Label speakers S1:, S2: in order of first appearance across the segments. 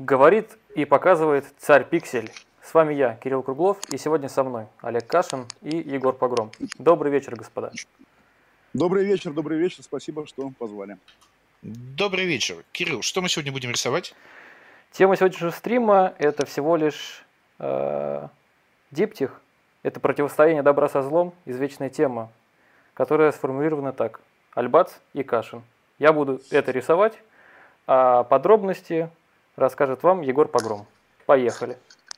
S1: Говорит и показывает царь Пиксель. С вами я, Кирилл Круглов, и сегодня со мной Олег Кашин и Егор Погром. Добрый вечер, господа.
S2: Добрый вечер, спасибо, что позвали.
S3: Добрый вечер. Кирилл, что мы сегодня будем рисовать?
S1: Тема сегодняшнего стрима – это всего лишь диптих. Это противостояние добра со злом, извечная тема, которая сформулирована так. Альбац и Кашин. Я буду это рисовать, а подробности расскажет вам Егор Погром. Поехали.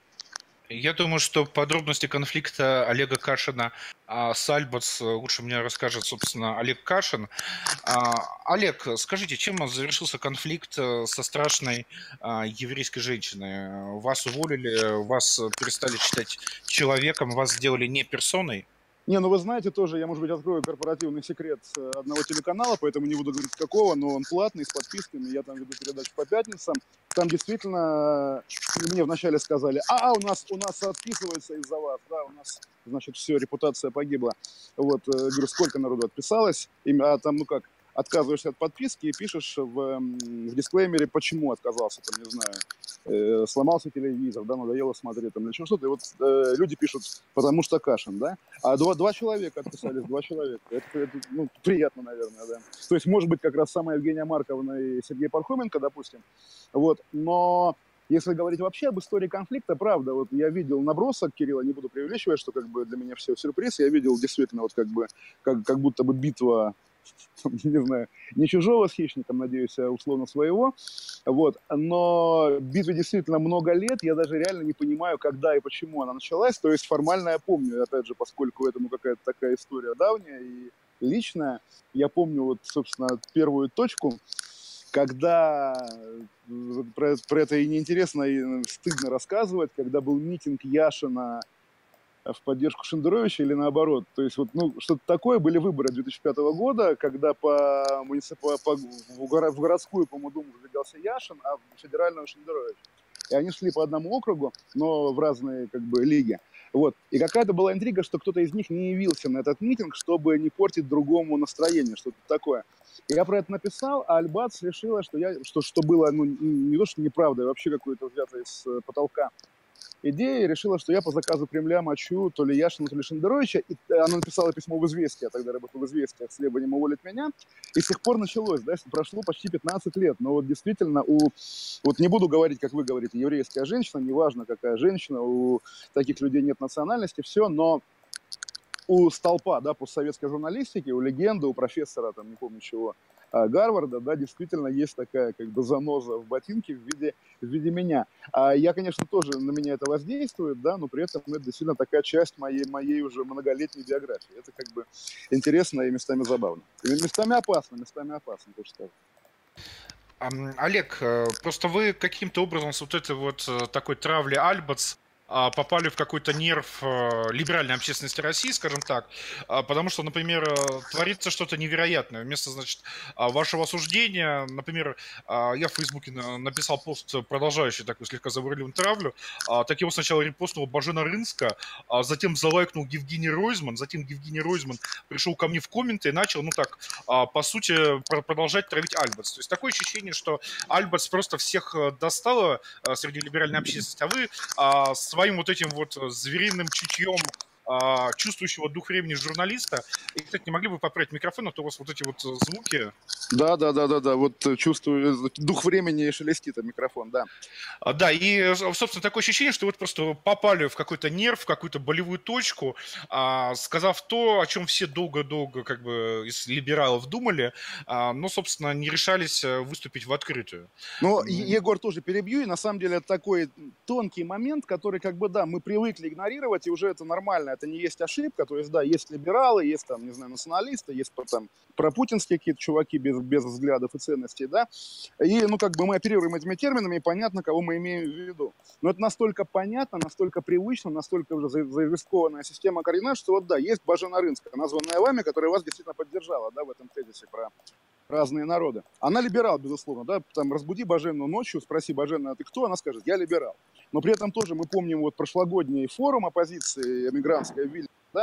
S3: Я думаю, что подробности конфликта Олега Кашина с Альбац лучше мне расскажет, собственно, Олег Кашин. Олег, скажите, чем завершился конфликт со страшной еврейской женщиной? Вас уволили, вас перестали считать человеком, вас сделали не персоной?
S2: Не, ну вы знаете тоже, я, может быть, открою корпоративный секрет одного телеканала, поэтому не буду говорить какого, но он платный, с подписками, я там веду передачу по пятницам. Там действительно мне вначале сказали, у нас отписываются из-за вас, да, у нас, значит, все, репутация погибла. Вот, говорю, сколько народу отписалось, а там, ну как, отказываешься от подписки и пишешь в дисклеймере, почему отказался, там, не знаю, сломался телевизор, да, надоело смотреть, там, или что-то, и вот люди пишут, потому что Кашин, да, а два человека отписались, два человека, это ну, приятно, наверное, да, то есть, может быть, как раз сама Евгения Марковна и Сергей Пархоменко, допустим, вот, но если говорить вообще об истории конфликта, правда, вот я видел набросок Кирилла, не буду преувеличивать, что как бы для меня все сюрприз, я видел действительно вот как бы, как будто бы битва, не знаю, не чужого с хищником, надеюсь, а условно своего, вот, но битве действительно много лет, я даже реально не понимаю, когда и почему она началась, то есть формально я помню, опять же, поскольку это, ну, какая-то такая история давняя и личная, я помню вот, собственно, первую точку, когда про это и неинтересно, и стыдно рассказывать, когда был митинг Яшина в поддержку Шендеровича или наоборот. То есть вот, ну, что-то такое, были выборы 2005 года, когда в городскую, по-моему, думу выдвигался Яшин, а в федеральную Шендерович. И они шли по одному округу, но в разные как бы лиги. Вот. И какая-то была интрига, что кто-то из них не явился на этот митинг, чтобы не портить другому настроение, что-то такое. И я про это написал, а Альбац решила, что было, ну, не то, что неправда, а вообще какое-то взято из потолка идея, решила, что я по заказу Кремля мочу то ли Яшина, то ли Шендеровича. И она написала письмо в «Известия», я тогда работал в «Известиях» с требованием уволить меня. И с тех пор началось, да, прошло почти 15 лет. Но вот действительно, вот не буду говорить, как вы говорите, еврейская женщина, неважно какая женщина, у таких людей нет национальности, все, но у столпа, да, постсоветской журналистики, у легенды, у профессора, там, не помню чего, Гарварда, да, действительно есть такая как бы заноза в ботинке в виде меня. Я, конечно, тоже, на меня это воздействует, да, но при этом это действительно такая часть моей уже многолетней биографии. Это как бы интересно и местами забавно. И местами опасно, тоже скажу.
S3: Олег, просто вы каким-то образом с вот этой вот такой травли Альбац попали в какой-то нерв либеральной общественности России, скажем так, потому что, например, творится что-то невероятное. Вместо, значит, вашего осуждения, например, я в Фейсбуке написал пост, продолжающий такую слегка завуалированную травлю, так его сначала репостнула Бажена Рынска, затем залайкнул Евгений Ройзман, затем Евгений Ройзман пришел ко мне в комменты и начал, ну так, по сути, продолжать травить Альбац. То есть такое ощущение, что Альбац просто всех достала среди либеральной общественности, а вы своим вот этим вот звериным чутьем чувствующего дух времени журналиста. И, кстати, не могли бы поправить микрофон, а то у вас вот эти вот звуки...
S2: Да, вот чувствую, дух времени шелестит, микрофон, да.
S3: Да, и, собственно, такое ощущение, что вы просто попали в какой-то нерв, в какую-то болевую точку, сказав то, о чем все долго-долго как бы из либералов думали, но, собственно, не решались выступить в открытую.
S2: Ну, Егор, тоже перебью, и на самом деле это такой тонкий момент, который как бы, да, мы привыкли игнорировать, и уже это нормально, это не есть ошибка, то есть, да, есть либералы, есть там, не знаю, националисты, есть там пропутинские какие-то чуваки без взглядов и ценностей, да, и, ну, как бы мы оперируем этими терминами, и понятно, кого мы имеем в виду. Но это настолько понятно, настолько привычно, настолько уже заинвесткованная система координат, что вот, да, есть Бажена Рынская, названная вами, которая вас действительно поддержала, да, в этом тезисе про разные народы. Она либерал, безусловно, да, там разбуди Бажену ночью, спроси Бажена, а ты кто? Она скажет, я либерал. Но при этом тоже мы помним вот прошлогодний форум оппозиции эмигрантской в Вильнюсе, да,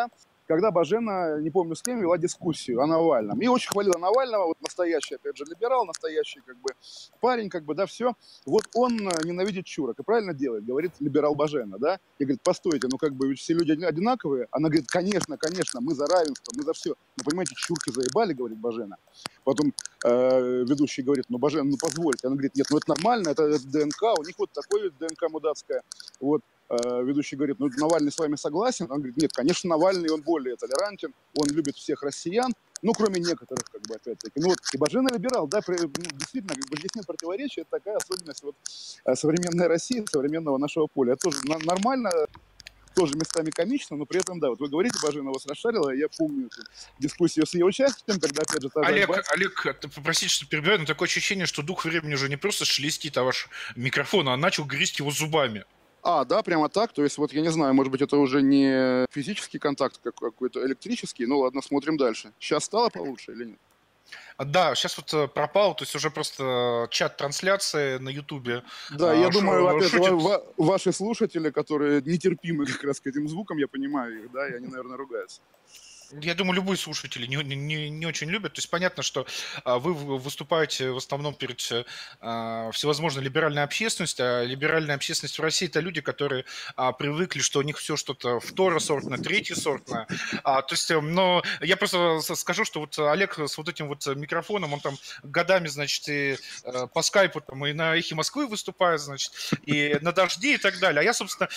S2: когда Бажена, не помню с кем, вела дискуссию о Навальном. И очень хвалила Навального, вот настоящий, опять же, либерал, настоящий, как бы, парень, как бы, да, все. Вот он ненавидит чурок и правильно делает, говорит либерал Бажена, да. И говорит, постойте, ну, как бы, ведь все люди одинаковые. Она говорит, конечно, конечно, мы за равенство, мы за все. Ну, понимаете, чурки заебали, говорит Бажена. Потом ведущий говорит, ну, Бажена, ну, позвольте. Она говорит, нет, ну, это нормально, это ДНК, у них вот такое ДНК мудацкое. Вот. Ведущий говорит, ну, Навальный с вами согласен? Он говорит, нет, конечно, Навальный, он более толерантен, он любит всех россиян, ну, кроме некоторых, как бы, опять-таки. Ну, вот, и Бажена либерал, да, действительно, как бы, здесь нет противоречия, это такая особенность вот современной России, современного нашего поля. Это тоже нормально, тоже местами комично, но при этом, да, вот вы говорите, Бажена вас расшарила, я помню эту дискуссию с ее участием, когда, опять же,
S3: Олег, простите, что перебиваю, но такое ощущение, что дух времени уже не просто шелестит, а ваш микрофон, а начал грызть его зубами.
S2: Да, прямо так. То есть, вот я не знаю, может быть, это уже не физический контакт, как какой-то электрический. Ну ладно, смотрим дальше. Сейчас стало получше или нет?
S3: Да, сейчас вот пропал, то есть уже просто чат трансляции на Ютубе.
S2: Да, я думаю, опять ваши слушатели, которые нетерпимы как раз к этим звукам, я понимаю их, да, и они, наверное, ругаются.
S3: Я думаю, любые слушатели не очень любят. То есть понятно, что вы выступаете в основном перед всевозможной либеральной общественностью, а либеральная общественность в России – это люди, которые привыкли, что у них все что-то второсортное, третьесортное. То есть, но я просто скажу, что вот Олег с вот этим вот микрофоном, он там годами, значит, и по скайпу там, и на «Эхе Москвы» выступает, значит, и на «Дожде» и так далее. А я, собственно,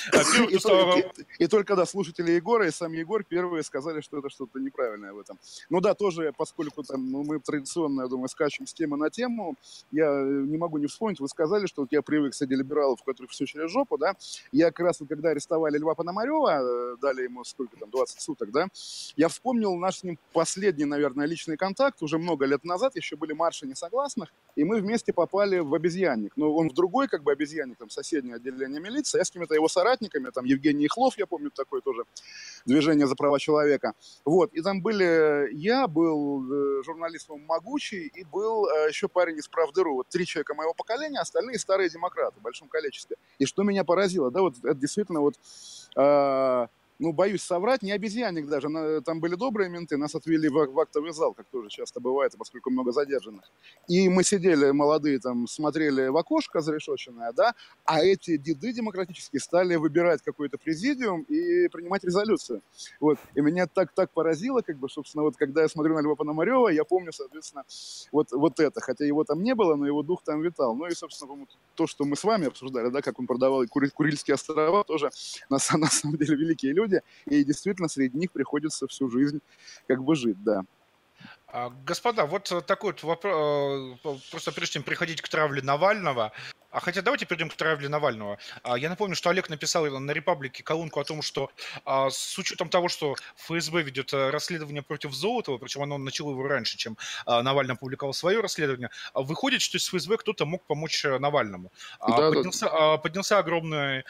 S2: и только, да, слушатели Егора и сам Егор первые сказали, что это что-то неправильное в этом. Ну да, тоже, поскольку там, мы традиционно, я думаю, скачем с темы на тему, я не могу не вспомнить, вы сказали, что вот я привык среди либералов, у которых все через жопу, да, я как раз вот, когда арестовали Льва Пономарева, дали ему сколько там, 20 суток, да, я вспомнил наш с ним последний, наверное, личный контакт, уже много лет назад, еще были марши несогласных, и мы вместе попали в обезьянник. Но он в другой, как бы, обезьянник, там, соседнее отделение милиции, я с какими-то его соратниками, там, Евгений Ихлов, я помню, такое тоже движение за права человека. Вот, и там я был журналистом «Могучий», и был еще парень из «Правды.ру». Вот 3 человека моего поколения, остальные старые демократы в большом количестве. И что меня поразило, да, вот это действительно вот... ну, боюсь соврать, не обезьянник даже. Там были добрые менты, нас отвели в актовый зал, как тоже часто бывает, поскольку много задержанных. И мы сидели, молодые, там, смотрели в окошко зарешоченное, да, а эти деды демократические стали выбирать какой-то президиум и принимать резолюцию. Вот. И меня так поразило, как бы, собственно, вот когда я смотрю на Льва Пономарева, я помню, соответственно, вот это. Хотя его там не было, но его дух там витал. Ну и, собственно, то, что мы с вами обсуждали, да, как он продавал Курильские острова, тоже на самом деле великие люди. И действительно среди них приходится всю жизнь как бы жить, да.
S3: Господа, вот такой вот вопрос, просто прежде чем переходить к травле Навального, хотя давайте перейдем к травле Навального. Я напомню, что Олег написал на «Репаблике» колонку о том, что с учетом того, что ФСБ ведет расследование против Золотова, причем оно начало его раньше, чем Навальный опубликовал свое расследование, выходит, что из ФСБ кто-то мог помочь Навальному. Поднялся огромный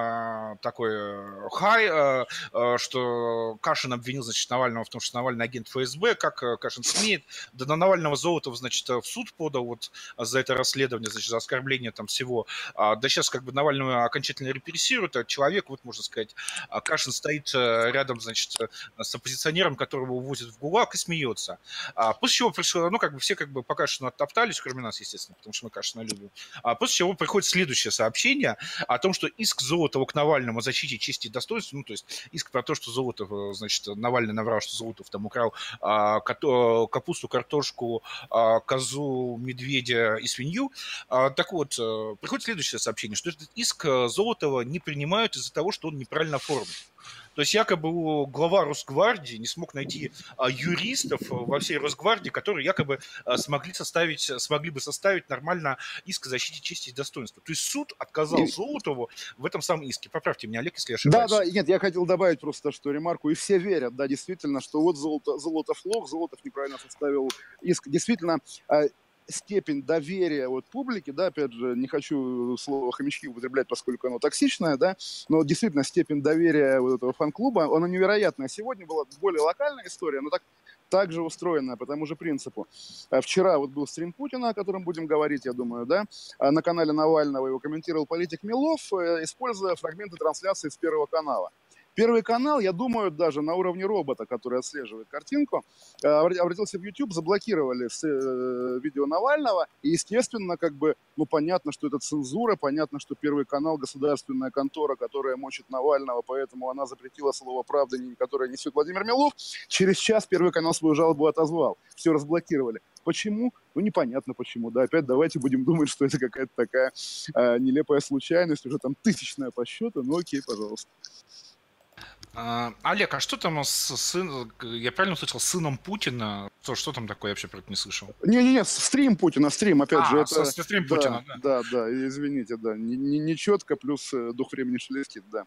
S3: такой хай, что Кашин обвинил, значит, Навального в том, что Навальный агент ФСБ, как Кашин смеет. Да на Навального Золотов, значит, в суд подал вот за это расследование, значит, за оскорбление там всего. Да сейчас как бы Навального окончательно репрессируют, а человек, вот можно сказать, Кашин стоит рядом, значит, с оппозиционером, которого увозят в ГУЛАГ и смеется. После чего пришло, ну, как бы все как бы по Кашину оттоптались, кроме нас, естественно, потому что мы Кашина любим. После чего приходит следующее сообщение о том, что иск Золотова к Навальному о защите чести и достоинства, ну, то есть иск про то, что Золотов, значит, Навальный наврал, что Золотов там украл капусту, картошку, козу, медведя и свинью. Так вот, приходит следующее сообщение, что этот иск Золотова не принимают из-за того, что он неправильно оформлен. То есть якобы глава Росгвардии не смог найти юристов во всей Росгвардии, которые якобы смогли бы составить нормально иск о защите чести и достоинства. То есть суд отказал Золотову в этом самом иске. Поправьте меня, Олег, если я ошибаюсь.
S2: Да, нет, я хотел добавить просто, что ремарку, и все верят, да, действительно, что вот Золотов лох, Золотов неправильно составил иск. Действительно, степень доверия вот публики, да, опять же, не хочу слово хомячки употреблять, поскольку оно токсичное, да, но действительно степень доверия вот этого фан-клуба, она невероятная. Сегодня была более локальная история, но так же устроенная по тому же принципу. Вчера вот был стрим Путина, о котором будем говорить, я думаю, да, на канале Навального его комментировал политик Милов, используя фрагменты трансляции с Первого канала. Первый канал, я думаю, даже на уровне робота, который отслеживает картинку, обратился в YouTube, заблокировали видео Навального, и, естественно, как бы, ну, понятно, что это цензура, понятно, что Первый канал — государственная контора, которая мочит Навального, поэтому она запретила слово «правда», которое несет Владимир Милов. Через час Первый канал свою жалобу отозвал, все разблокировали. Почему? Ну, непонятно почему, да, опять давайте будем думать, что это какая-то такая нелепая случайность, уже там тысячная по счету, ну окей, пожалуйста.
S3: Олег, а что там я правильно услышал, с сыном Путина? Что там такое, я вообще про это не слышал.
S2: Не-не-не, стрим Путина, стрим, опять же. Это...
S3: стрим Путина,
S2: да. Да, извините, да, не четко, плюс дух времени шелестит, да.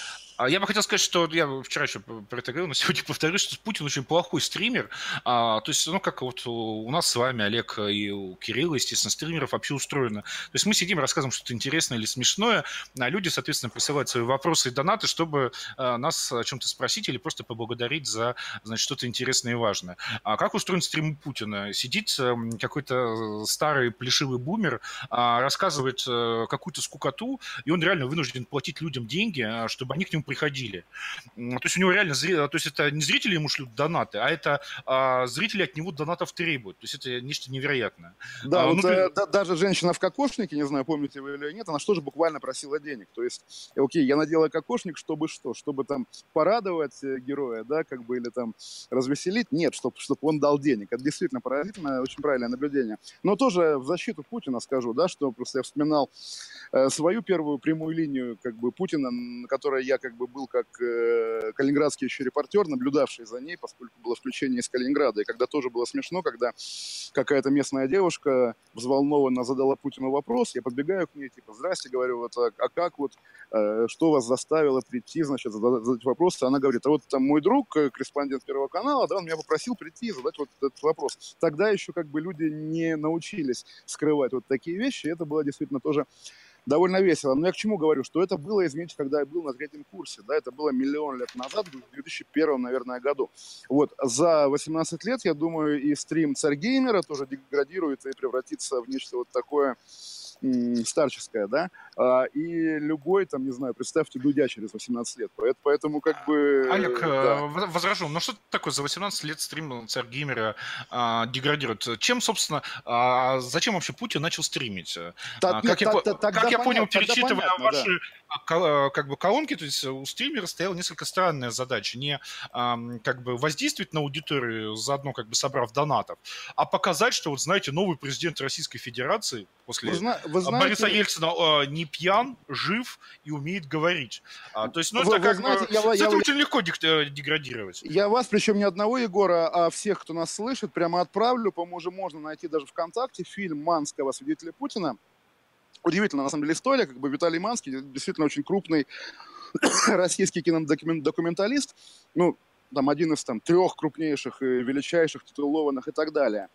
S3: Я бы хотел сказать, что я вчера еще про это говорил, но сегодня повторюсь, что Путин очень плохой стример. То есть, ну, как вот у нас с вами, Олег, и у Кирилла, естественно, стримеров вообще устроено. То есть мы сидим, рассказываем что-то интересное или смешное, а люди, соответственно, присылают свои вопросы и донаты, чтобы нас о чем-то спросить или просто поблагодарить за, значит, что-то интересное и важное. А как устроен стрим Путина? Сидит какой-то старый плешивый бумер, рассказывает какую-то скукоту, и он реально вынужден платить людям деньги, чтобы они к нему приходили. То есть у него реально, то есть это не зрители ему шлют донаты, а это зрители от него донатов требуют. То есть это нечто невероятное.
S2: Да, вот даже женщина в кокошнике, не знаю, помните вы или нет, она что же буквально просила денег. То есть, окей, я надела кокошник, чтобы что? Чтобы там порадовать героя, да, как бы, или там развеселить? Нет, чтобы он дал денег. Это действительно поразительно, очень правильное наблюдение. Но тоже в защиту Путина скажу, да, что просто я вспоминал свою первую прямую линию, как бы, Путина, на которой я как бы был как калининградский еще репортер, наблюдавший за ней, поскольку было включение из Калининграда. И когда тоже было смешно, когда какая-то местная девушка взволнованно задала Путину вопрос, я подбегаю к ней, типа, здрасте, говорю, вот, а как вот, что вас заставило прийти, значит, задать вопрос? Она говорит, а вот там мой друг, корреспондент Первого канала, да, он меня попросил прийти и задать вот этот вопрос. Тогда еще как бы люди не научились скрывать вот такие вещи, и это было действительно тоже довольно весело. Но я к чему говорю, что это было, извините, когда я был на третьем курсе, да, это было миллион лет назад, в 2001, наверное, году. Вот, за 18 лет, я думаю, и стрим Царь Геймера тоже деградирует и превратится в нечто вот такое старческое, да, и любой, там, не знаю, представьте, Дудя через 18 лет, поэтому как бы...
S3: Олег,
S2: да.
S3: возражу, но что такое за 18 лет стрим Царь Геймера деградирует? Чем, собственно, зачем вообще Путин начал стримить? Как я понял, перечитывая ваши как бы колонки, то есть у стримера стояла несколько странная задача, не как бы воздействовать на аудиторию, заодно как бы собрав донатов, а показать, что, вот знаете, новый президент Российской Федерации после Бориса Ельцина не пьян, жив и умеет говорить. То есть, ну, это как бы... Это очень легко деградировать.
S2: Я вас, причем не одного Егора, а всех, кто нас слышит, прямо отправлю. По-моему, уже можно найти даже ВКонтакте фильм Манского «Свидетели Путина». Удивительно, на самом деле, история. Как бы Виталий Манский действительно очень крупный российский кинодокументалист. Ну, там один из там 3 крупнейших и величайших, титулованных и так далее.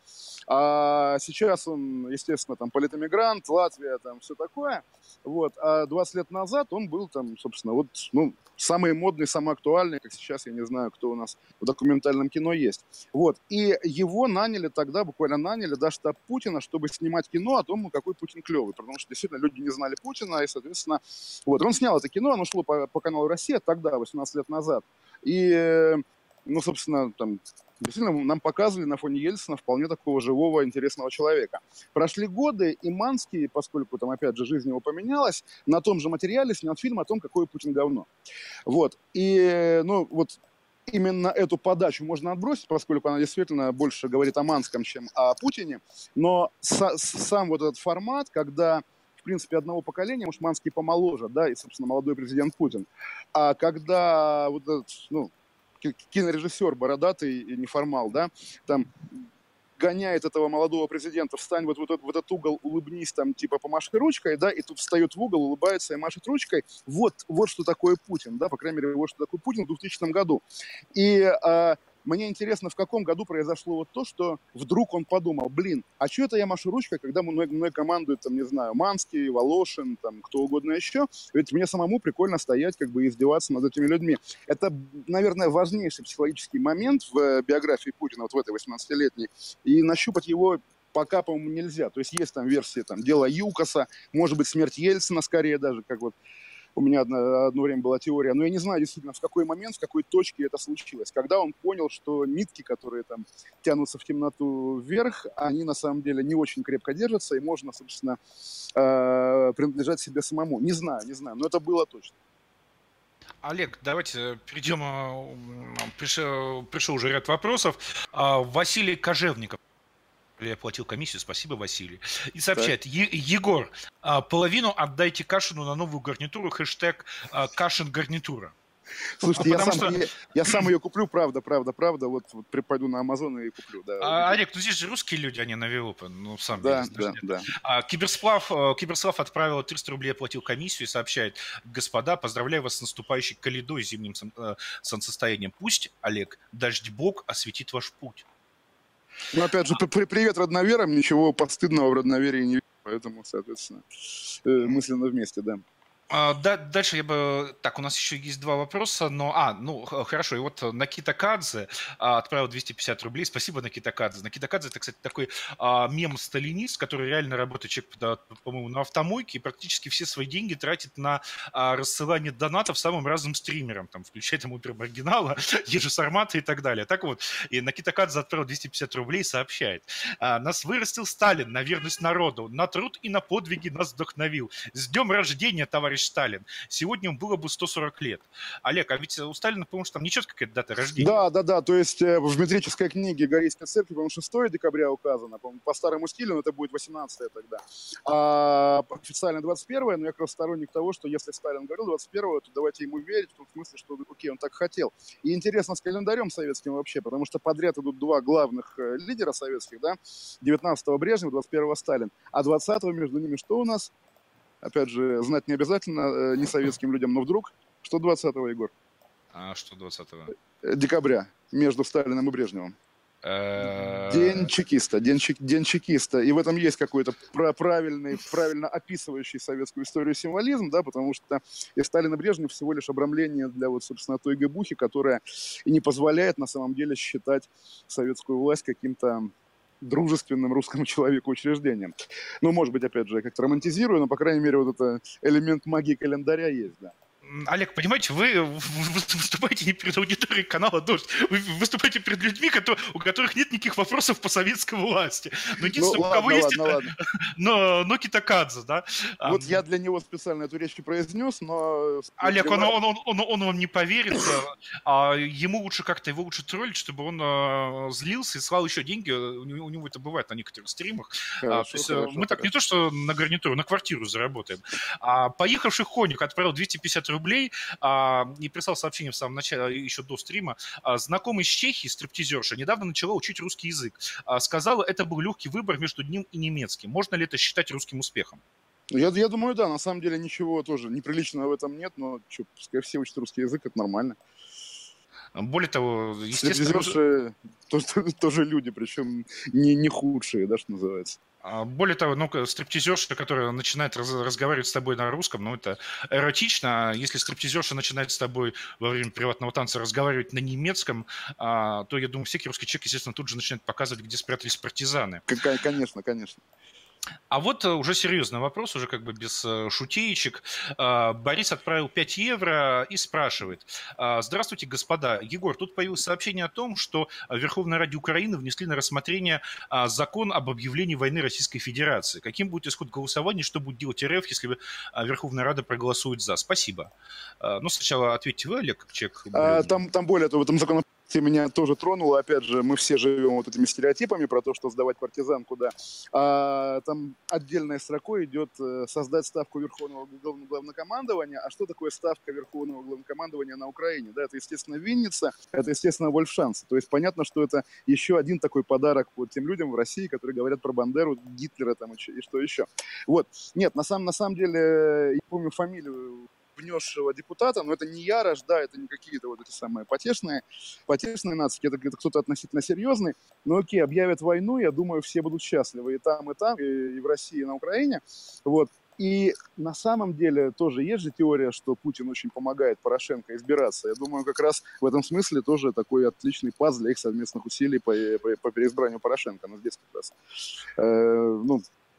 S2: А сейчас он, естественно, там политэмигрант, Латвия, там все такое. Вот. А 20 лет назад он был там, собственно, вот, ну, самый модный, самый актуальный, как сейчас, я не знаю, кто у нас в документальном кино есть. Вот. И его наняли тогда, буквально наняли, да, штаб Путина, чтобы снимать кино о том, какой Путин клевый. Потому что действительно люди не знали Путина, и, соответственно, вот. Он снял это кино, оно шло по каналу «Россия» тогда, 18 лет назад. И, ну, собственно, там, действительно, нам показывали на фоне Ельцина вполне такого живого, интересного человека. Прошли годы, и Манский, поскольку там, опять же, жизнь его поменялась, на том же материале снял фильм о том, какой Путин говно. Вот. И, ну, вот именно эту подачу можно отбросить, поскольку она действительно больше говорит о Манском, чем о Путине. Но сам вот этот формат, когда, в принципе, одного поколения, может, Манский помоложе, да, и, собственно, молодой президент Путин, а когда вот этот, ну, кинорежиссер бородатый и неформал, да, там гоняет этого молодого президента, встань вот в этот угол, улыбнись, там, типа, помаши ручкой, да, и тут встает в угол, улыбается и машет ручкой. Вот что такое Путин, да, по крайней мере, вот что такое Путин в 2000 году. И мне интересно, в каком году произошло вот то, что вдруг он подумал, блин, а что это я машу ручкой, когда мной командует, там, не знаю, Манский, Волошин, там, кто угодно еще, ведь мне самому прикольно стоять, как бы, и издеваться над этими людьми. Это, наверное, важнейший психологический момент в биографии Путина, вот в этой 18-летней, и нащупать его пока, по-моему, нельзя. То есть есть там версии, там, дело Юкоса, может быть, смерть Ельцина скорее даже, как вот у меня одно время была теория, но я не знаю действительно, в какой момент, в какой точке это случилось. Когда он понял, что нитки, которые там тянутся в темноту вверх, они на самом деле не очень крепко держатся, и можно, собственно, принадлежать себе самому. Не знаю, но это было точно.
S3: Олег, давайте перейдем. Пришел уже ряд вопросов. Василий Кожевников. Я платил комиссию, спасибо, Василий. И сообщает, Егор, половину отдайте Кашину на новую гарнитуру, хэштег Кашин гарнитура.
S2: Слушайте, я сам ее куплю, правда. Вот пойду на Амазон и куплю. Да,
S3: Олег, ну здесь же русские люди, они на Виопе, ну сам
S2: да.
S3: Киберсплав отправил 300 рублей, оплатил комиссию и сообщает, господа, поздравляю вас с наступающей коледой, зимним солнцестоянием. Пусть, Олег, дождь Бог осветит ваш путь.
S2: Ну, опять же, привет родноверам, ничего постыдного в родноверии не вижу, поэтому, соответственно, мысленно вместе, да.
S3: Дальше я бы... Так, у нас еще есть два вопроса, но... Ну, хорошо, и вот Накита Кадзе отправил 250 рублей. Спасибо, Накита Кадзе. Накита Кадзе — это, кстати, такой мем-сталинист, который реально работает, человек, по-моему, на автомойке и практически все свои деньги тратит на рассылание донатов самым разным стримерам, там, включая там Ультра Маргинала, Ежи Сармата и так далее. Так вот, и Накита Кадзе отправил 250 рублей и сообщает. Нас вырастил Сталин на верность народу, на труд и на подвиги нас вдохновил. С днем рождения, товарищ Сталин. Сегодня ему было бы 140 лет. Олег, а ведь у Сталина, по-моему, там нечетко какая-то дата рождения.
S2: Да. То есть в метрической книге Горейской церкви, по-моему, 6 декабря указано. По старому стилю, но это будет 18 тогда. А официально 21, но я как раз сторонник того, что если Сталин говорил 21, то давайте ему верить, в том смысле, что окей, он так хотел. И интересно с календарем советским вообще, потому что подряд идут два главных лидера советских, да, 19-го Брежнев, 21-го Сталин. А 20-го между ними что у нас? Опять же, знать не обязательно не советским людям, но вдруг, что 20-го, Егор?
S3: Что 20-го?
S2: Декабря, между Сталиным и Брежневым. День чекиста. И в этом есть какой-то правильно описывающий советскую историю символизм, да, потому что и Сталин и Брежнев всего лишь обрамление для вот, собственно, той гыбухи, которая и не позволяет на самом деле считать советскую власть каким-то дружественным русскому человеку учреждением. Ну, может быть, опять же, я как-то романтизирую, но, по крайней мере, вот этот элемент магии календаря есть, да.
S3: Олег, понимаете, вы выступаете не перед аудиторией канала «Дождь», вы выступаете перед людьми, у которых нет никаких вопросов по советской власти. Но единственное, у кого есть это Накита Кадзе, да?
S2: Вот я для него специально эту речь произнес, но...
S3: Олег, он вам не поверит, ему лучше как-то, его лучше троллить, чтобы он злился и слал еще деньги, у него это бывает на некоторых стримах. Мы так не то, что на гарнитуру, на квартиру заработаем. Поехавший Хоник отправил 250 рублей и прислал сообщение в самом начале, еще до стрима. Знакомый из Чехии, стриптизерша, недавно начала учить русский язык. Сказала, это был легкий выбор между ним и немецким. Можно ли это считать русским успехом?
S2: Я думаю, да. На самом деле ничего тоже неприличного в этом нет, но пускай все учат русский язык, это нормально.
S3: Более того, естественно...
S2: Стриптизерши тоже люди, причем не худшие, да, что называется.
S3: Более того, стриптизерша, которая начинает разговаривать с тобой на русском, это эротично. А если стриптизерша начинает с тобой во время приватного танца разговаривать на немецком, то, я думаю, всякий русский человек, естественно, тут же начинает показывать, где спрятались партизаны.
S2: Конечно.
S3: А вот уже серьезный вопрос, уже как бы без шутеечек. Борис отправил 5 евро и спрашивает. Здравствуйте, господа. Егор, тут появилось сообщение о том, что в Верховной Раде Украины внесли на рассмотрение закон об объявлении войны Российской Федерации. Каким будет исход голосования, что будет делать РФ, если Верховная Рада проголосует за? Спасибо. Сначала ответьте вы, Олег, как человек.
S2: Там более того, в этом законопроекте меня тоже тронуло. Опять же, мы все живем вот этими стереотипами про то, что сдавать партизанку, да. Там отдельной строкой идет создать ставку Верховного Главнокомандования. А что такое ставка Верховного Главнокомандования на Украине? Да, это, естественно, Винница, это, естественно, Вольфшанс. То есть понятно, что это еще один такой подарок вот тем людям в России, которые говорят про Бандеру, Гитлера там и что еще. Вот. Нет, на самом деле, я помню фамилию внесшего депутата, но это не ярош, да, это не какие-то вот эти самые потешные нации, это кто-то относительно серьезный, но окей, объявят войну, я думаю, все будут счастливы и там, и в России, и на Украине, вот. И на самом деле тоже есть же теория, что Путин очень помогает Порошенко избираться. Я думаю, как раз в этом смысле тоже такой отличный паз для их совместных усилий по переизбранию Порошенко. Но здесь как раз,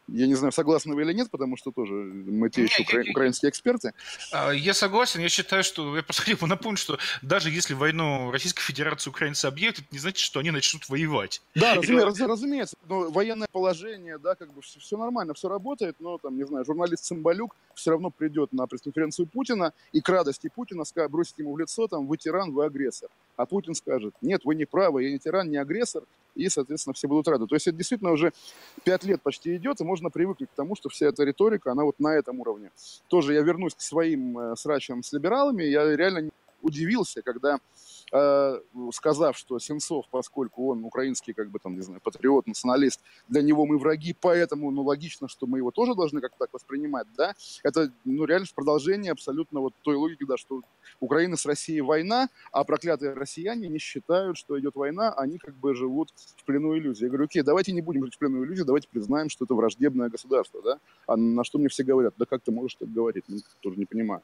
S2: Я не знаю, согласны вы или нет, потому что тоже мы те
S3: Не,
S2: еще украинские эксперты.
S3: я согласен, я считаю, что, я просто хотел бы напомнить, что даже если войну Российской Федерации украинцы объявят, это не значит, что они начнут воевать.
S2: Да,
S3: Или вот-
S2: разумеется, но военное положение, да, как бы все нормально, все работает, но там, не знаю, журналист Цымбалюк все равно придет на пресс-конференцию Путина и к радости Путина бросит ему в лицо, там, вы тиран, вы агрессор. А Путин скажет, нет, вы не правы, я не тиран, не агрессор, и, соответственно, все будут рады. То есть это действительно уже 5 лет почти идет, и можно привыкнуть к тому, что вся эта риторика, она вот на этом уровне. Тоже я вернусь к своим срачам с либералами, я реально удивился, когда сказав, что Сенцов, поскольку он украинский, как бы там, не знаю, патриот, националист, для него мы враги, поэтому, ну, логично, что мы его тоже должны как-то так воспринимать, да, это, ну, реально в продолжении абсолютно вот той логики, да, что Украина с Россией война, а проклятые россияне не считают, что идет война, они как бы живут в плену иллюзий. Я говорю, окей, давайте не будем жить в плену иллюзий, давайте признаем, что это враждебное государство, да, а на что мне все говорят, да как ты можешь так говорить, ну, тоже не понимаю.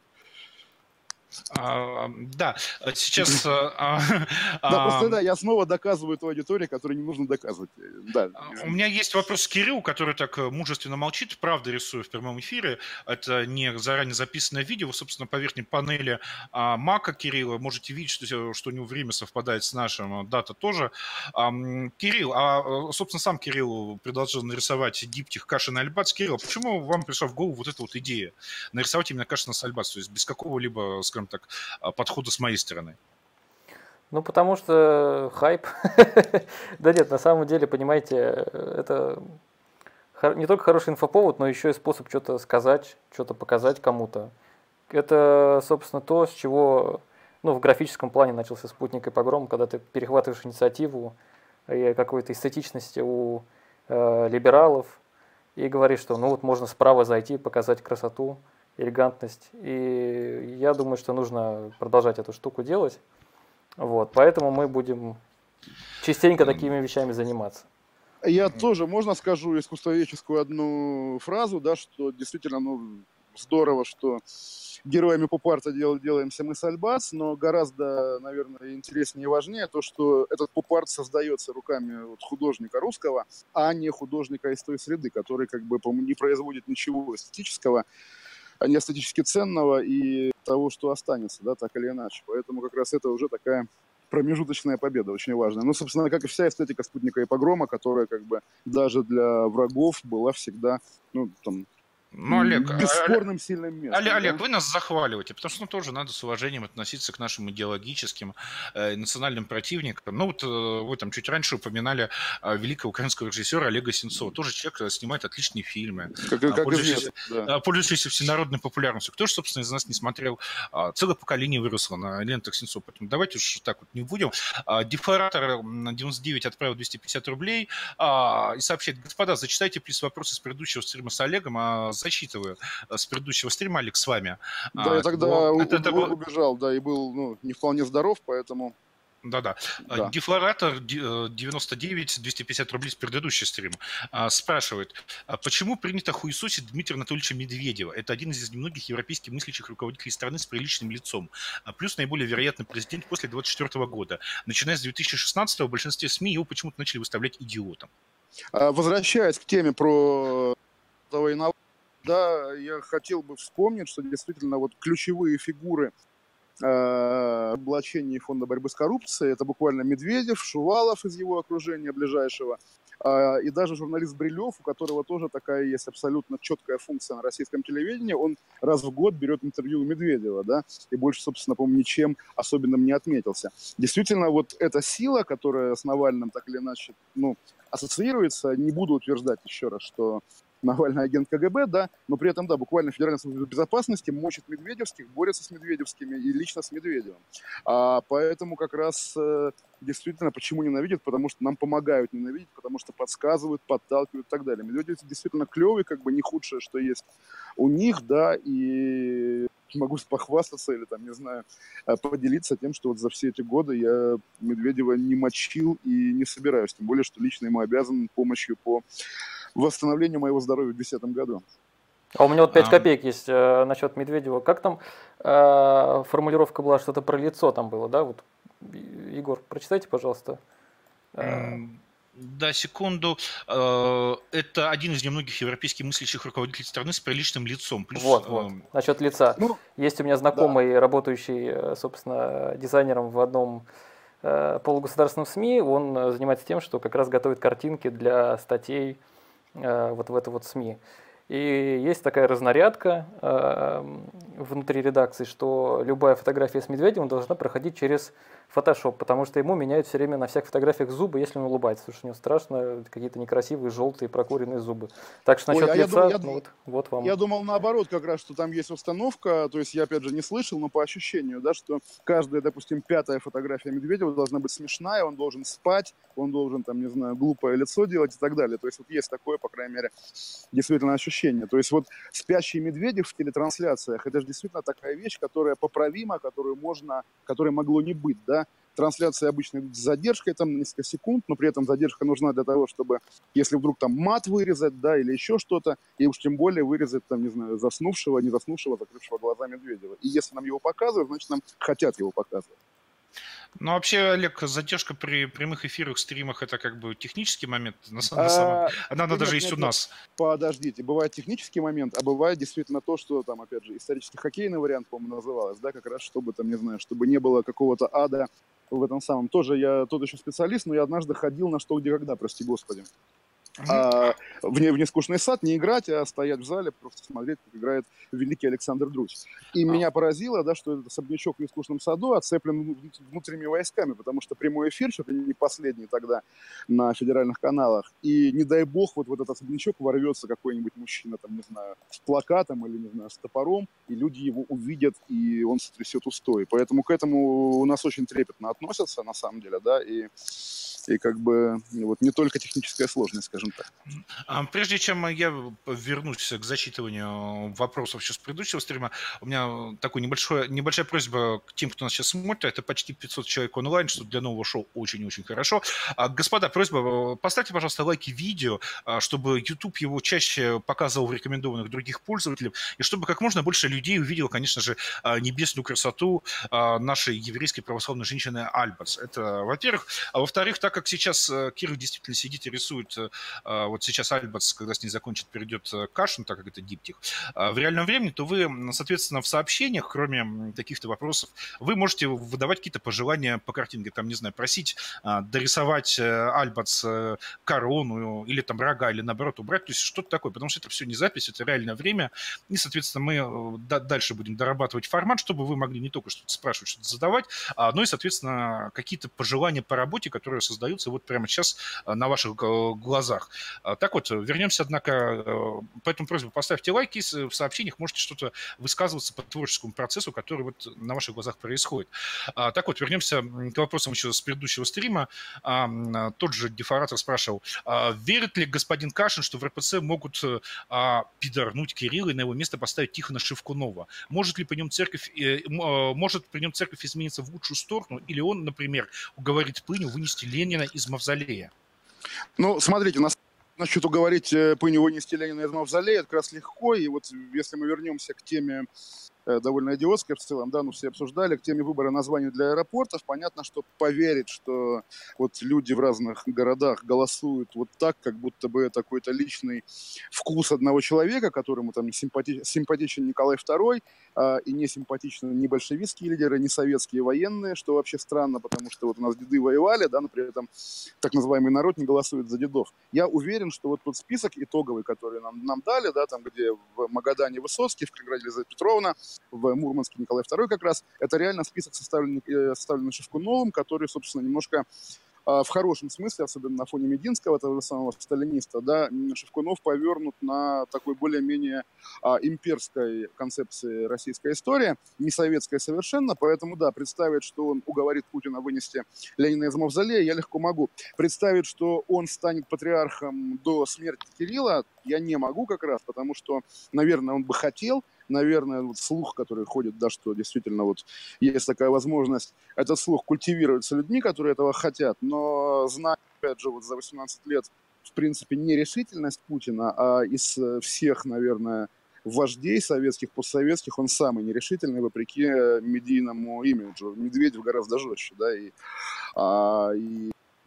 S3: Да, сейчас...
S2: Да, просто да, я снова доказываю той аудитории, которой не нужно доказывать. Да.
S3: У меня есть вопрос к Кириллу, который так мужественно молчит, правда рисую в прямом эфире. Это не заранее записанное видео. Вы, собственно, по верхней панели Мака Кирилла можете видеть, что у него время совпадает с нашим, дата тоже. Кирилл, собственно, сам Кирилл предложил нарисовать диптих Кашин и Альбац. Кирилл, почему вам пришла в голову вот эта вот идея нарисовать именно Кашина с Альбац, то есть без какого-либо, скажем так, подхода с моей стороны?
S1: Ну, потому что хайп. Да нет, на самом деле, понимаете, это не только хороший инфоповод, но еще и способ что-то сказать, что-то показать кому-то. Это, собственно, то, с чего, ну, в графическом плане начался «Спутник» и «Погром», когда ты перехватываешь инициативу и какой-то эстетичности у либералов и говоришь, что ну вот можно справа зайти, показать красоту, элегантность. И я думаю, что нужно продолжать эту штуку делать. Вот, поэтому мы будем частенько такими вещами заниматься.
S2: Я тоже, можно скажу искусствоведческую одну фразу, да, что действительно, ну, здорово, что героями поп-арта делаемся мы с Альбац, но гораздо, наверное, интереснее и важнее то, что этот поп-арт создается руками вот художника русского, а не художника из той среды, который как бы, по-моему, не производит ничего эстетического, не эстетически ценного и того, что останется, да, так или иначе. Поэтому как раз это уже такая промежуточная победа, очень важная. Ну, собственно, как и вся эстетика «Спутника» и «Погрома», которая как бы даже для врагов была всегда, ну, там,
S3: Ну, Олег,
S2: бесспорным сильным местом.
S3: Олег,
S2: да?
S3: вы нас захваливаете, потому что тоже надо с уважением относиться к нашим идеологическим национальным противникам. Ну, вот вы там чуть раньше упоминали великого украинского режиссера Олега Сенцова. Тоже человек снимает отличные фильмы,
S2: Как известно, да.
S3: пользующийся всенародной популярностью. Кто же, собственно, из нас не смотрел? Целое поколение выросло на лентах Сенцова. Поэтому давайте уж так вот не будем. Дефлоратор 99 отправил 250 рублей и сообщает: господа, зачитайте, плиз, вопросы с предыдущего стрима с Олегом, зачитываю с предыдущего стрима, Олег, с вами.
S2: Да, я тогда
S3: был...
S2: убежал, да, и был, ну, не вполне здоров, поэтому...
S3: Да. Дефлоратор 99, 250 рублей с предыдущего стрима спрашивает, почему принято хуесосить Дмитрия Анатольевича Медведева? Это один из немногих европейских мыслящих руководителей страны с приличным лицом. Плюс наиболее вероятный президент после 2024 года. Начиная с 2016 в большинстве СМИ его почему-то начали выставлять идиотом.
S2: Возвращаясь к теме про военного, да, я хотел бы вспомнить, что действительно вот ключевые фигуры облачения Фонда борьбы с коррупцией — это буквально Медведев, Шувалов из его окружения ближайшего, и даже журналист Брилев, у которого тоже такая есть абсолютно четкая функция на российском телевидении. Он раз в год берет интервью у Медведева, да, и больше, собственно, по-моему, ничем особенным не отметился. Действительно, вот эта сила, которая с Навальным так или иначе, ну, ассоциируется, не буду утверждать еще раз, что Навальный агент КГБ, да, но при этом, да, буквально Федеральная служба безопасности мочит медведевских, борется с медведевскими и лично с Медведевым. Поэтому как раз действительно, почему ненавидят? Потому что нам помогают ненавидеть, потому что подсказывают, подталкивают и так далее. Медведев действительно клевый, как бы не худшее, что есть у них, да, и могу похвастаться или там, не знаю, поделиться тем, что вот за все эти годы я Медведева не мочил и не собираюсь, тем более, что лично ему обязан помощью по восстановлению моего здоровья в 2010 году.
S1: А у меня вот 5 копеек есть насчет Медведева. Как там формулировка была, что-то про лицо там было, да? Вот, Егор, прочитайте, пожалуйста.
S3: Да, секунду. Это один из немногих европейских мыслящих руководителей страны с приличным лицом. Плюс,
S1: Вот. Насчет лица.
S2: Ну,
S1: Есть у меня
S2: да.
S1: знакомый, работающий, собственно, дизайнером в одном полугосударственном СМИ. Он занимается тем, что как раз готовит картинки для статей вот в это вот СМИ. И есть такая разнарядка внутри редакции, что любая фотография с Медведевым должна проходить через Photoshop, потому что ему меняют все время на всех фотографиях зубы, если он улыбается, потому что у него страшно какие-то некрасивые, желтые, прокуренные зубы. Так что насчет лица, вот вам.
S2: Я думал наоборот как раз, что там есть установка, то есть я опять же не слышал, но по ощущению, да, что каждая, допустим, 5-я фотография Медведева должна быть смешная, он должен спать, он должен там, не знаю, глупое лицо делать и так далее. То есть вот есть такое, по крайней мере, действительно ощущение. То есть вот спящий Медведев в телетрансляциях, это же действительно такая вещь, которая поправима, которой могло не быть, да. Трансляции обычно идут с задержкой, там, на несколько секунд, но при этом задержка нужна для того, чтобы, если вдруг там мат вырезать, да, или еще что-то, и уж тем более вырезать, там, не знаю, заснувшего, не заснувшего, закрывшего глаза Медведева. И если нам его показывают, значит, нам хотят его показывать.
S3: Ну, вообще, Олег, задержка при прямых эфирах, стримах, это как бы технический момент. Она даже есть у нас.
S2: Подождите, бывает технический момент, а бывает действительно то, что там, опять же, исторический хоккейный вариант, по-моему, называлось, да, как раз, чтобы там, не знаю, чтобы не было какого-то ада в этом самом. Тоже я тот еще специалист, но я однажды ходил на «Что, где, когда», прости господи. В нескучный сад не играть, а стоять в зале, просто смотреть, как играет великий Александр Друзь. И меня поразило, да, что этот особнячок в нескучном саду оцеплен внутренними войсками, потому что прямой эфир, что-то не последний тогда на федеральных каналах. И не дай бог вот в этот особнячок ворвется какой-нибудь мужчина, там, не знаю, с плакатом или, не знаю, с топором, и люди его увидят, и он сотрясет устои. Поэтому к этому у нас очень трепетно относятся, на самом деле, да, и как бы вот не только техническая сложность, скажем так.
S3: Прежде чем я вернусь к зачитыванию вопросов сейчас предыдущего стрима, у меня такая небольшая просьба к тем, кто нас сейчас смотрит. Это почти 500 человек онлайн, что для нового шоу очень-очень хорошо. Господа, просьба, поставьте, пожалуйста, лайки видео, чтобы YouTube его чаще показывал в рекомендованных других пользователей, и чтобы как можно больше людей увидело, конечно же, небесную красоту нашей еврейской православной женщины Альбац. Это, во-первых. А во-вторых, так как сейчас Кирилл действительно сидит и рисует, вот сейчас Альбац, когда с ней закончит, перейдет к Кашину, так как это диптих, в реальном времени, то вы, соответственно, в сообщениях, кроме каких-то вопросов, вы можете выдавать какие-то пожелания по картинке, там, не знаю, просить дорисовать Альбац корону или там рога, или наоборот убрать, то есть что-то такое, потому что это все не запись, это реальное время, и, соответственно, мы дальше будем дорабатывать формат, чтобы вы могли не только что-то спрашивать, что-то задавать, но и, соответственно, какие-то пожелания по работе, которые создаются вот прямо сейчас на ваших глазах. Так вот, вернемся, однако, поэтому просьба, поставьте лайки, в сообщениях можете что-то высказываться по творческому процессу, который вот на ваших глазах происходит. Так вот, вернемся к вопросам еще с предыдущего стрима. Тот же дефоратор спрашивал, верит ли господин Кашин, что в РПЦ могут пидорнуть Кирилла и на его место поставить Тихона Шевкунова? Может при нем церковь измениться в лучшую сторону, или он, например, уговорит Пыню вынести Ленина из мавзолея?
S2: Ну, смотрите, у нас насчет уговорить Пыню вынести Ленина из мавзолея, это как раз легко, и вот если мы вернемся к теме довольно идиотская в целом, да, ну все обсуждали, к теме выбора названий для аэропортов, понятно, что поверить, что вот люди в разных городах голосуют вот так, как будто бы это какой-то личный вкус одного человека, которому там симпатичен Николай II, и не симпатичны ни большевистские лидеры, ни советские военные, что вообще странно, потому что вот у нас деды воевали, да, но при этом так называемый народ не голосует за дедов. Я уверен, что вот тот список итоговый, который нам дали, да, там, где в Магадане Высоцкий, в Калининграде Елизавета Петровна, в Мурманске Николай II как раз, это реально список, составленный Шевкуновым, который, собственно, немножко в хорошем смысле, особенно на фоне Мединского, того же самого сталиниста, да, Шевкунов повернут на такой более-менее имперской концепции российской истории, не советской совершенно, поэтому, да, представить, что он уговорит Путина вынести Ленина из мавзолея, я легко могу. Представить, что он станет патриархом до смерти Кирилла, я не могу как раз, потому что, наверное, он бы хотел, наверное, вот слух, который ходит, да, что действительно вот есть такая возможность, этот слух культивируется людьми, которые этого хотят, но зная, опять же, вот за 18 лет, в принципе, нерешительность Путина, а из всех, наверное, вождей советских, постсоветских, он самый нерешительный, вопреки медийному имиджу. Медведев гораздо жестче, да, и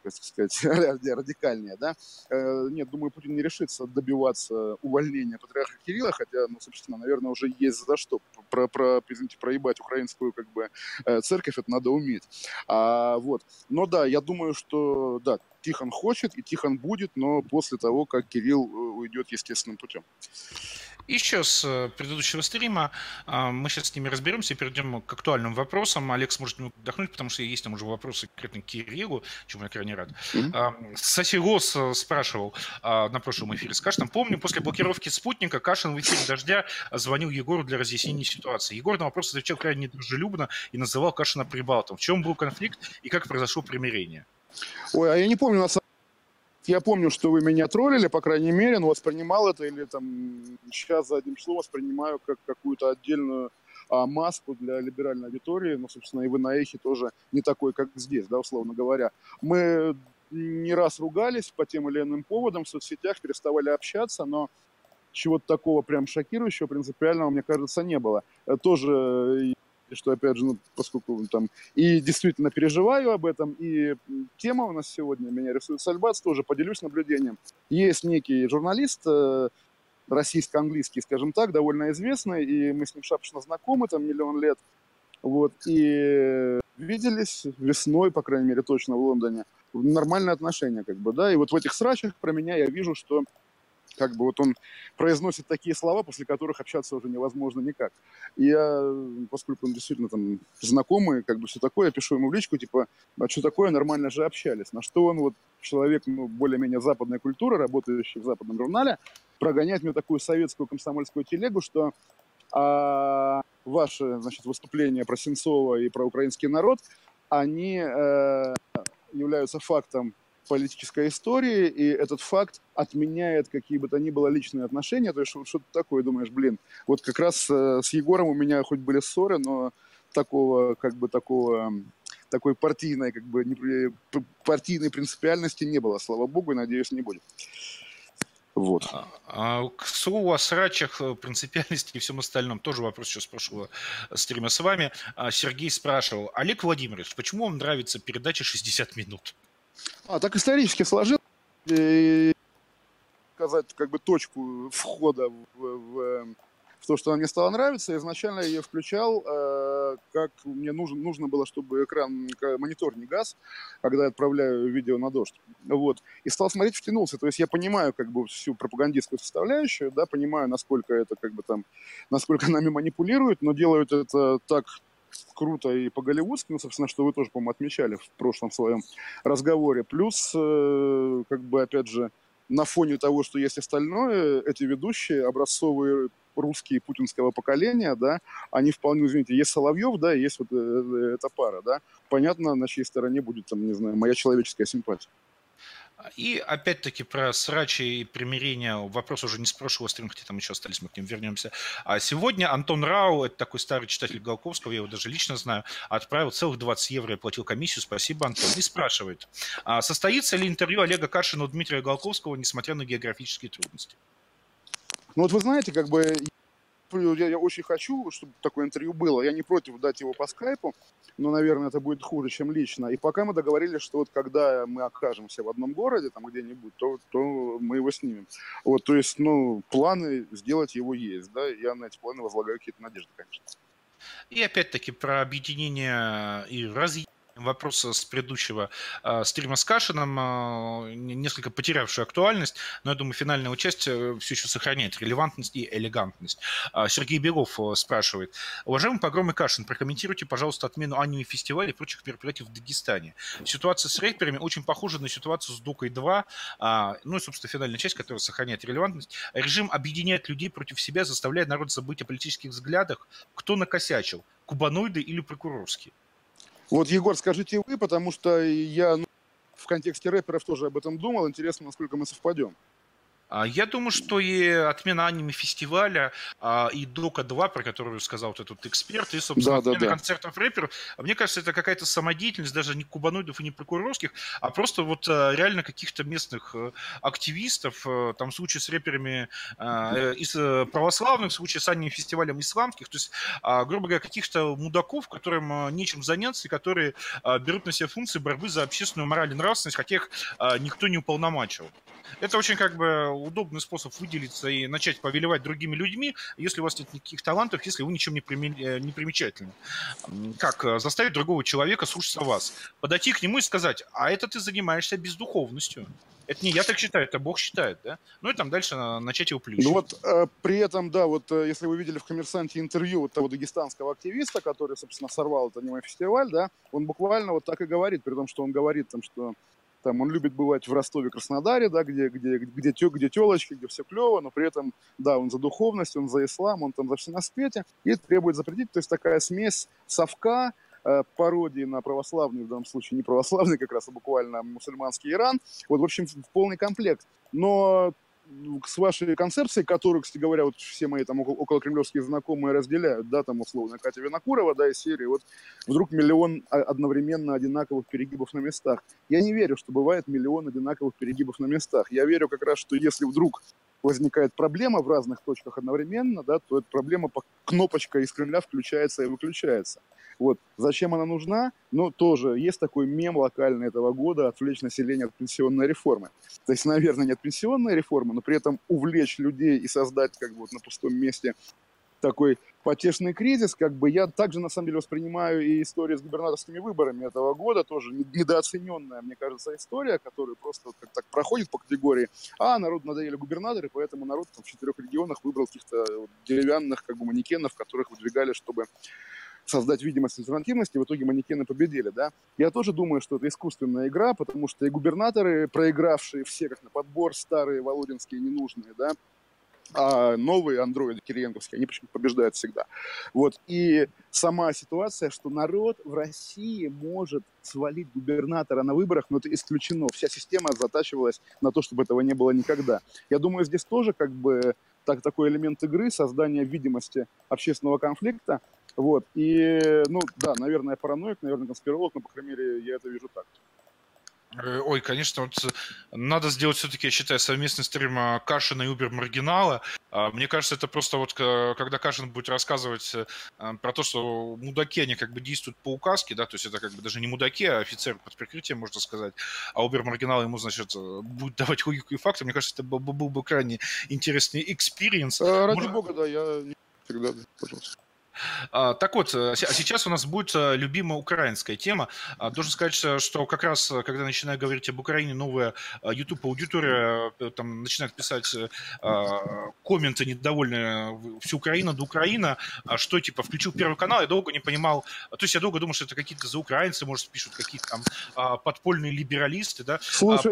S2: так сказать, радикальнее, да. Нет, думаю, Путин не решится добиваться увольнения патриарха Кирилла, хотя, ну, собственно, наверное, уже есть за что. Извините, проебать украинскую, как бы, церковь, это надо уметь. Вот. Но да, я думаю, что, да, Тихон хочет и Тихон будет, но после того, как Кирилл уйдет естественным путем.
S3: Еще с предыдущего стрима мы сейчас с ними разберемся и перейдем к актуальным вопросам. Олег сможет немного отдохнуть, потому что есть там уже вопросы конкретно к Кириллу, чему я крайне рад. Сосирос спрашивал на прошлом эфире с Кашиным. Помню, после блокировки спутника Кашин в эфире «Дождя» звонил Егору для разъяснения ситуации. Егор на вопрос отвечал крайне дружелюбно и называл Кашина прибалтом. В чем был конфликт и как произошло примирение?
S2: Ой, а я не помню, на самом Я помню, что вы меня троллили, по крайней мере, но воспринимал это или там сейчас за одним числом воспринимаю как какую-то отдельную маску для либеральной аудитории. Ну, собственно, и вы на эхе тоже не такой, как здесь, да, условно говоря. Мы не раз ругались по тем или иным поводам в соцсетях, переставали общаться, но чего-то такого прям шокирующего, принципиального, мне кажется, не было. Тоже, что, опять же, ну, поскольку там и действительно переживаю об этом, и тема у нас сегодня, меня рисует Сальбац, тоже поделюсь наблюдением. Есть некий журналист, российско-английский, скажем так, довольно известный, и мы с ним шапочно знакомы, там, миллион лет, вот, и виделись весной, по крайней мере, точно в Лондоне, нормальные отношения, как бы, да, и вот в этих срачах про меня я вижу, что как бы вот он произносит такие слова, после которых общаться уже невозможно никак. И я, поскольку он действительно там знакомый, как бы все такое, я пишу ему в личку, типа, а что такое, нормально же общались. На что он, вот человек, ну, более-менее западной культуры, работающий в западном журнале, прогоняет мне такую советскую комсомольскую телегу, что ваши, значит, выступления про Сенцова и про украинский народ, они являются фактом политической истории, и этот факт отменяет какие бы то ни было личные отношения, то есть что-то такое, думаешь, блин, вот как раз с Егором у меня хоть были ссоры, но такой партийной, как бы, партийной принципиальности не было, слава богу, и, надеюсь, не будет. Вот.
S3: К слову о срачах, принципиальности и всем остальном, тоже вопрос сейчас с прошлого стрима с вами. Сергей спрашивал: Олег Владимирович, почему вам нравится передача «60 минут»?
S2: Так исторически сложилось. Сказать, как бы, точку входа в то, что мне стало нравиться. Изначально я ее включал, как мне нужно было, чтобы монитор не гас, когда я отправляю видео на дождь. Вот. И стал смотреть, втянулся. То есть я понимаю, как бы, всю пропагандистскую составляющую, да, понимаю, насколько это, как бы, там, насколько нами манипулируют, но делают это так круто и по-голливудски, ну, собственно, что вы тоже, по-моему, отмечали в прошлом своем разговоре. Плюс, как бы, опять же, на фоне того, что есть остальное, эти ведущие, образцовые русские путинского поколения, да, они вполне, извините, есть Соловьев, да, и есть вот эта пара, да. Понятно, на чьей стороне будет, там, не знаю, моя человеческая симпатия.
S3: И опять-таки про срачи и примирение. Вопрос уже не с прошлого стрима, хотя там еще остались, мы к ним вернемся. А сегодня Антон Рау, это такой старый читатель Голковского, я его даже лично знаю, отправил целых 20 евро и платил комиссию. Спасибо, Антон. И спрашивает: состоится ли интервью Олега Кашина у Дмитрия Голковского, несмотря на географические трудности?
S2: Ну вот вы знаете, как бы я очень хочу, чтобы такое интервью было. Я не против дать его по скайпу, но, наверное, это будет хуже, чем лично. И пока мы договорились, что вот когда мы окажемся в одном городе, там где-нибудь, то мы его снимем. Вот, то есть, ну, планы сделать его есть, да, я на эти планы возлагаю какие-то надежды, конечно.
S3: И опять-таки про объединение и разъединение. Вопрос с предыдущего стрима с Кашиным, несколько потерявший актуальность, но я думаю, финальная часть все еще сохраняет релевантность и элегантность. Сергей Белов спрашивает: уважаемый Погром и Кашин, прокомментируйте, пожалуйста, отмену аниме-фестиваля и прочих мероприятий в Дагестане. Ситуация с рэперами очень похожа на ситуацию с Докой 2, ну и, собственно, финальная часть, которая сохраняет релевантность. Режим объединяет людей против себя, заставляя народ забыть о политических взглядах. Кто накосячил? Кубаноиды или прокурорские?
S2: Вот, Егор, скажите вы, потому что я в контексте рэперов тоже об этом думал. Интересно, насколько мы совпадем.
S3: Я думаю, что и отмена аниме-фестиваля, и Дока 2, про которую сказал вот этот эксперт, и, собственно,
S2: Да, да,
S3: отмена
S2: да.
S3: концертов рэперов, мне кажется, это какая-то самодеятельность, даже не кубаноидов и не прокурорских, а просто вот реально каких-то местных активистов, там в случае с рэперами из православных, в случае с аниме-фестивалем исламских, то есть, грубо говоря, каких-то мудаков, которым нечем заняться, и которые берут на себя функции борьбы за общественную мораль и нравственность, хотя их никто не уполномачивал. Это очень как бы удобный способ выделиться и начать повелевать другими людьми, если у вас нет никаких талантов, если вы ничем не примечательны. Как заставить другого человека слушаться вас? Подойти к нему и сказать, а это ты занимаешься бездуховностью. Это не я так считаю, это Бог считает, да? Ну и там дальше начать его
S2: Ну
S3: плющить.
S2: вот при этом, да, вот если вы видели в «Коммерсанте» интервью вот того дагестанского активиста, который, собственно, сорвал этот аниме-фестиваль, да, он буквально вот так и говорит, при том, что он говорит, там, что там он любит бывать в Ростове, Краснодаре, да, где телочки, где все клево, но при этом, да, он за духовность, он за ислам, он там за все на свете, и требует запретить, то есть такая смесь совка, пародии на православный, в данном случае не православный как раз, а буквально мусульманский Иран, вот, в общем, в полный комплект. Но с вашей концепцией, которую, кстати говоря, вот все мои там околокремлевские знакомые разделяют, да, там условно Катя Винокурова, да, из серии, вот вдруг миллион одновременно одинаковых перегибов на местах. Я не верю, что бывает миллион одинаковых перегибов на местах. Я верю как раз, что если вдруг возникает проблема в разных точках одновременно, да, то эта проблема кнопочка из Кремля включается и выключается. Вот. Зачем она нужна? Ну, тоже есть такой мем локальный этого года «Отвлечь население от пенсионной реформы». То есть, наверное, не от пенсионной реформы, но при этом увлечь людей и создать как бы вот на пустом месте такой потешный кризис, как бы я также на самом деле воспринимаю и историю с губернаторскими выборами этого года, тоже недооцененная, мне кажется, история, которая просто вот как так проходит по категории, народу надоели губернаторы, поэтому народ там, в 4 регионах выбрал каких-то вот деревянных как бы манекенов, которых выдвигали, чтобы создать видимость альтернативности, в итоге манекены победили, да. Я тоже думаю, что это искусственная игра, потому что и губернаторы, проигравшие все как на подбор, старые, володинские, ненужные, да, а новые андроиды кириенковские, они почему-то побеждают всегда. Вот. И сама ситуация, что народ в России может свалить губернатора на выборах, но это исключено. Вся система затачивалась на то, чтобы этого не было никогда. Я думаю, здесь тоже как бы такой элемент игры, создания видимости общественного конфликта. Вот. И, ну, да, наверное, параноик, наверное, конспиролог, но, по крайней мере, я это вижу так.
S3: Ой, конечно, вот надо сделать все-таки, я считаю, совместный стрим Кашина и Убер-маргинала. Мне кажется, это просто вот когда Кашин будет рассказывать про то, что мудаки, они как бы действуют по указке, да, то есть это как бы даже не мудаки, а офицеры под прикрытием, можно сказать, а Убер-маргинал ему, значит, будет давать логику и факты. Мне кажется, это был бы крайне интересный экспириенс.
S2: Ради бога, да, я не всегда, пожалуйста.
S3: Так вот, сейчас у нас будет любимая украинская тема. Должен сказать, что как раз, когда начинаю говорить об Украине, новая YouTube-аудитория там начинает писать комменты недовольные всю Украину до Украина, что типа включил Первый канал, я долго не понимал, то есть я долго думал, что это какие-то заукраинцы, может, пишут какие-то там подпольные либералисты, да.
S2: Слушай,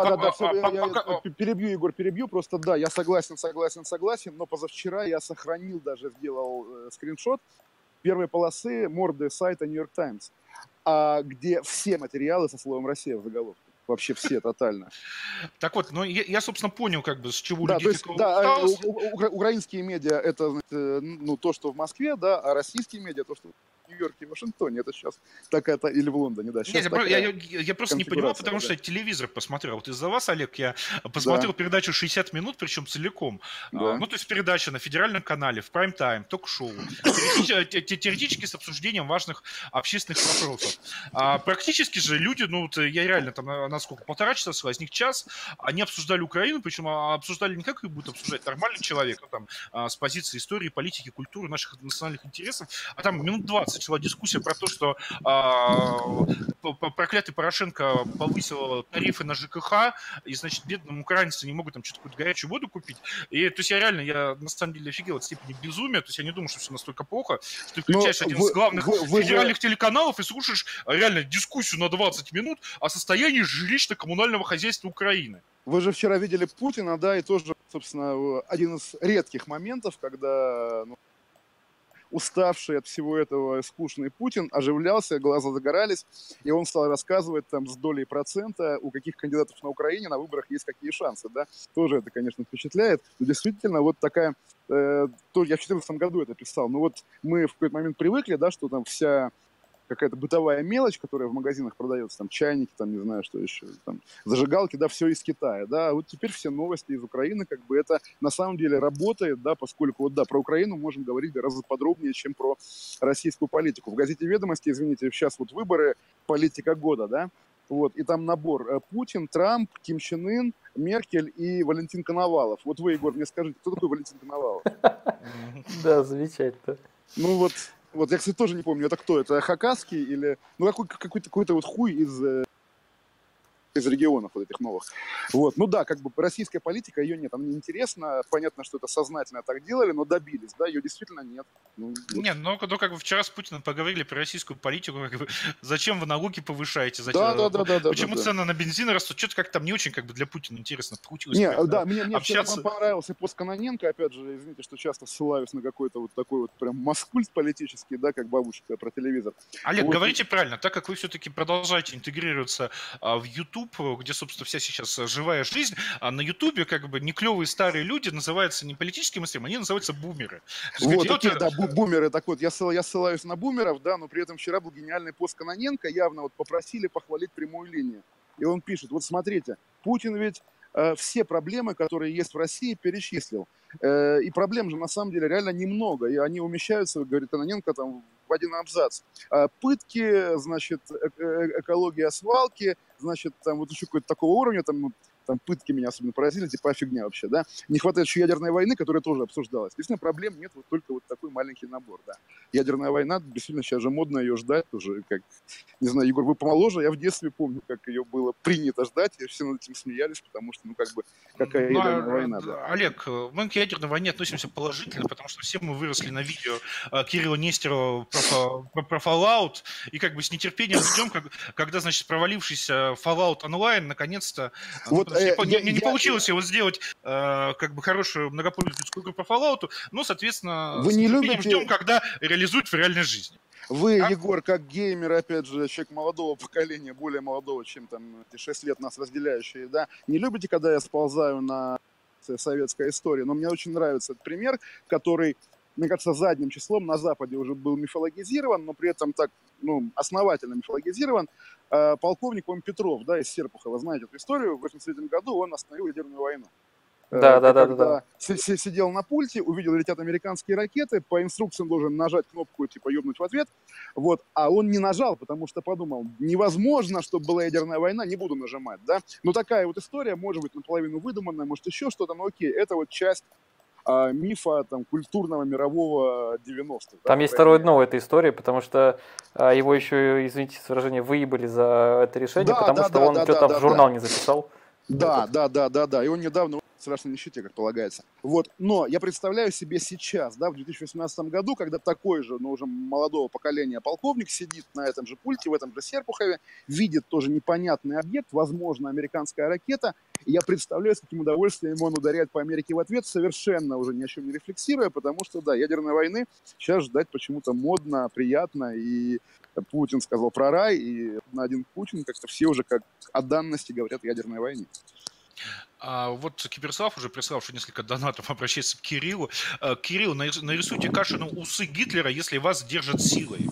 S2: я перебью, Егор, просто да, я согласен, но позавчера я сохранил, даже сделал скриншот первой полосы морды сайта New York Times, где все материалы со словом «Россия» в заголовке. Вообще все, тотально.
S3: Так вот, ну я, собственно, понял, как бы, с чего
S2: да,
S3: людей
S2: усталось. Украинские медиа — это, ну, то, что в Москве, да, а российские медиа — то, что в Нью-Йорке и Вашингтоне. Это сейчас такая-то, или в Лондоне, да.
S3: Нет, я просто не понимаю, потому что я телевизор посмотрел. Вот из-за вас, Олег, я посмотрел передачу 60 минут, причем целиком.
S2: Да.
S3: Ну, то есть передача на федеральном канале, в прайм-тайм, ток-шоу, теоретически с обсуждением важных общественных вопросов. Практически же люди, ну, вот я реально там на сколько, 1,5 часа, из них час, они обсуждали Украину, причем обсуждали не как их будут обсуждать нормальный человек, ну, там, с позиции истории, политики, культуры, наших национальных интересов, а там минут 20 шла дискуссия про то, что проклятый Порошенко повысил тарифы на ЖКХ, и, значит, бедным украинцы не могут там что-то какую-то горячую воду купить. И, то есть, я на самом деле офигел от степени безумия, то есть, я не думаю, что все настолько плохо, что ты включаешь один из главных федеральных телеканалов и слушаешь реально дискуссию на 20 минут о состоянии жилищно-коммунального хозяйства Украины.
S2: Вы же вчера видели Путина, да, и тоже, собственно, один из редких моментов, когда уставший от всего этого скучный Путин оживлялся, глаза загорались, и он стал рассказывать там с долей процента, у каких кандидатов на Украине на выборах есть какие шансы, да. Тоже это, конечно, впечатляет. Но действительно, вот такая... я в 2014 году это писал, но вот мы в какой-то момент привыкли, да, что там вся какая-то бытовая мелочь, которая в магазинах продается, там чайники, там не знаю, что еще, там зажигалки, да, все из Китая, да, а вот теперь все новости из Украины, как бы это на самом деле работает, да, поскольку вот, да, про Украину можем говорить гораздо подробнее, чем про российскую политику. В газете «Ведомости», извините, сейчас вот выборы, политика года, да, вот, и там набор Путин, Трамп, Ким Чен Ын, Меркель и Валентин Коновалов. Вот вы, Егор, мне скажите, кто такой Валентин Коновалов?
S1: Да, замечательно.
S2: Ну вот я, кстати, тоже не помню, это кто? Это хакасский или... Ну, какой-то вот хуй из регионов вот этих новых. Вот. Ну да, как бы российская политика, ее нет, она неинтересна. Понятно, что это сознательно так делали, но добились, да, ее действительно нет. Ну, вот.
S3: Нет, ну как бы вчера с Путиным поговорили про российскую политику, как бы, зачем вы налоги повышаете,
S2: Да.
S3: почему цены на бензин растут, что-то как-то там не очень как бы для Путина интересно получилось.
S2: Не, да, мне
S3: общаться.
S2: вчера понравился пост Кононенко, опять же, извините, что часто ссылаюсь на какой-то вот такой вот прям маскульт политический, да, как бабушка про телевизор.
S3: Олег,
S2: вот.
S3: Говорите правильно, так как вы все-таки продолжаете интегрироваться в YouTube, где, собственно, вся сейчас живая жизнь, а на YouTube как бы не клевые старые люди называются не политическим мыслям, они называются бумеры.
S2: Вот такие, да, бумеры. Так вот, я ссылаюсь на бумеров, да, но при этом вчера был гениальный пост Кононенко, явно вот попросили похвалить прямую линию. И он пишет, вот смотрите, Путин ведь все проблемы, которые есть в России, перечислил. И проблем же на самом деле реально немного, и они умещаются, говорит Кононенко, там в один абзац. Пытки, значит, экология свалки, значит, там вот еще какой-то такого уровня, там пытки меня особенно поразили, типа, фигня вообще, да. Не хватает еще ядерной войны, которая тоже обсуждалась. Действительно, проблем нет, вот только вот такой маленький набор, да. Ядерная война, действительно, сейчас же модно ее ждать уже, как, не знаю, Егор, вы помоложе, я в детстве помню, как ее было принято ждать, и все над этим смеялись, потому что, ну, как бы, какая ядерная война, да.
S3: Олег, мы к ядерной войне относимся положительно, потому что все мы выросли на видео Кирилла Нестерова про Fallout, и как бы с нетерпением ждем, когда, значит, провалившийся Fallout Online наконец-то...
S2: Вот,
S3: не получилось его сделать как бы хорошую многопользовательскую игру по Fallout, но, соответственно,
S2: вы
S3: с
S2: не
S3: нетерпением
S2: любите...
S3: ждем, когда реализуют в реальной жизни.
S2: Вы, Егор, как геймер, опять же, человек молодого поколения, более молодого, чем там эти 6 лет нас разделяющие, да, не любите, когда я сползаю на советской истории? Но мне очень нравится этот пример, который, мне кажется, задним числом на Западе уже был мифологизирован, но при этом так, ну, основательно мифологизирован. Полковник Петров, да, из Серпухова, знаете эту историю, в 1983 году он остановил ядерную войну.
S1: Да.
S2: Сидел на пульте, увидел, летят американские ракеты, по инструкциям должен нажать кнопку, типа, ёбнуть в ответ, вот, а он не нажал, потому что подумал, невозможно, чтобы была ядерная война, не буду нажимать, да, но такая вот история, может быть, наполовину выдуманная, может, еще что-то, но окей, это вот часть мифа там, культурного мирового 90-х.
S1: Там есть второе дно в этой истории, потому что его еще, извините за выражение, выебали за это решение, потому что он что-то в журнал не записал.
S2: Да, и он недавно в страшной нищете, как полагается. Вот, но я представляю себе сейчас, да, в 2018 году, когда такой же, но уже молодого поколения полковник сидит на этом же пульте, в этом же Серпухове, видит тоже непонятный объект, возможно, американская ракета, и я представляю, с каким удовольствием он ударяет по Америке в ответ, совершенно уже ни о чем не рефлексируя, потому что, да, ядерной войны сейчас ждать почему-то модно, приятно, и Путин сказал про рай, и на один Путин как-то все уже как о данности говорят о ядерной войне.
S3: Вот Киберслав уже приславший несколько донатов обращается к Кириллу. Кирилл, нарисуйте Кашину усы Гитлера, если вас держат силой.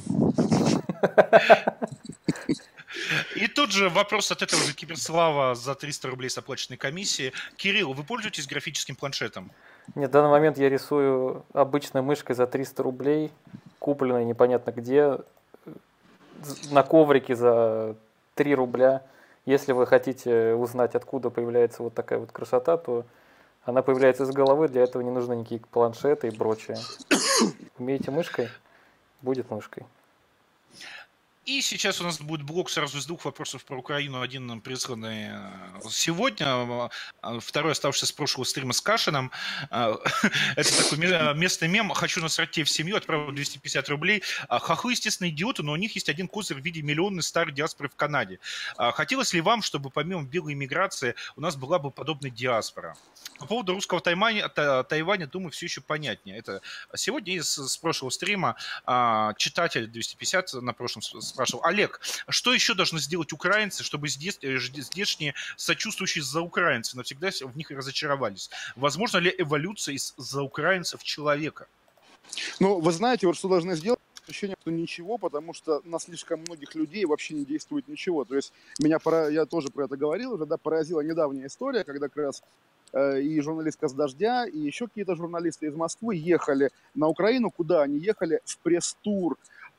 S3: И тут же вопрос от этого же Киберслава за 300 рублей с оплаченной комиссии. Кирилл, вы пользуетесь графическим планшетом?
S1: Нет, в данный момент я рисую обычной мышкой за 300 рублей, купленной непонятно где, на коврике за 3 рубля. Если вы хотите узнать, откуда появляется вот такая вот красота, то она появляется из головы, для этого не нужны никакие планшеты и прочее. Умеете мышкой? Будет мышкой.
S3: И сейчас у нас будет блок сразу из двух вопросов про Украину. Один нам присланный сегодня, второй оставшийся с прошлого стрима с Кашином. Это такой местный мем. Хочу насрать тебе в семью, отправил 250 рублей. Хохлы, естественно, идиоты, но у них есть один козырь в виде миллионной старой диаспоры в Канаде. Хотелось ли вам, чтобы помимо белой иммиграции у нас была бы подобная диаспора? По поводу русского Тайваня, думаю, все еще понятнее. Это сегодня с прошлого стрима читатель 250 на прошлом спрашивал: Олег, что еще должны сделать украинцы, чтобы здешние сочувствующие за украинцев навсегда в них разочаровались? Возможно ли эволюция из заукраинцев человека?
S2: Ну, вы знаете, вот что должны сделать? Ощущение, что ничего, потому что на слишком многих людей вообще не действует ничего. То есть я тоже про это говорил уже, да, поразила недавняя история, когда как раз и журналистка с «Дождя», и еще какие-то журналисты из Москвы ехали на Украину. Куда они ехали? В пресс-тур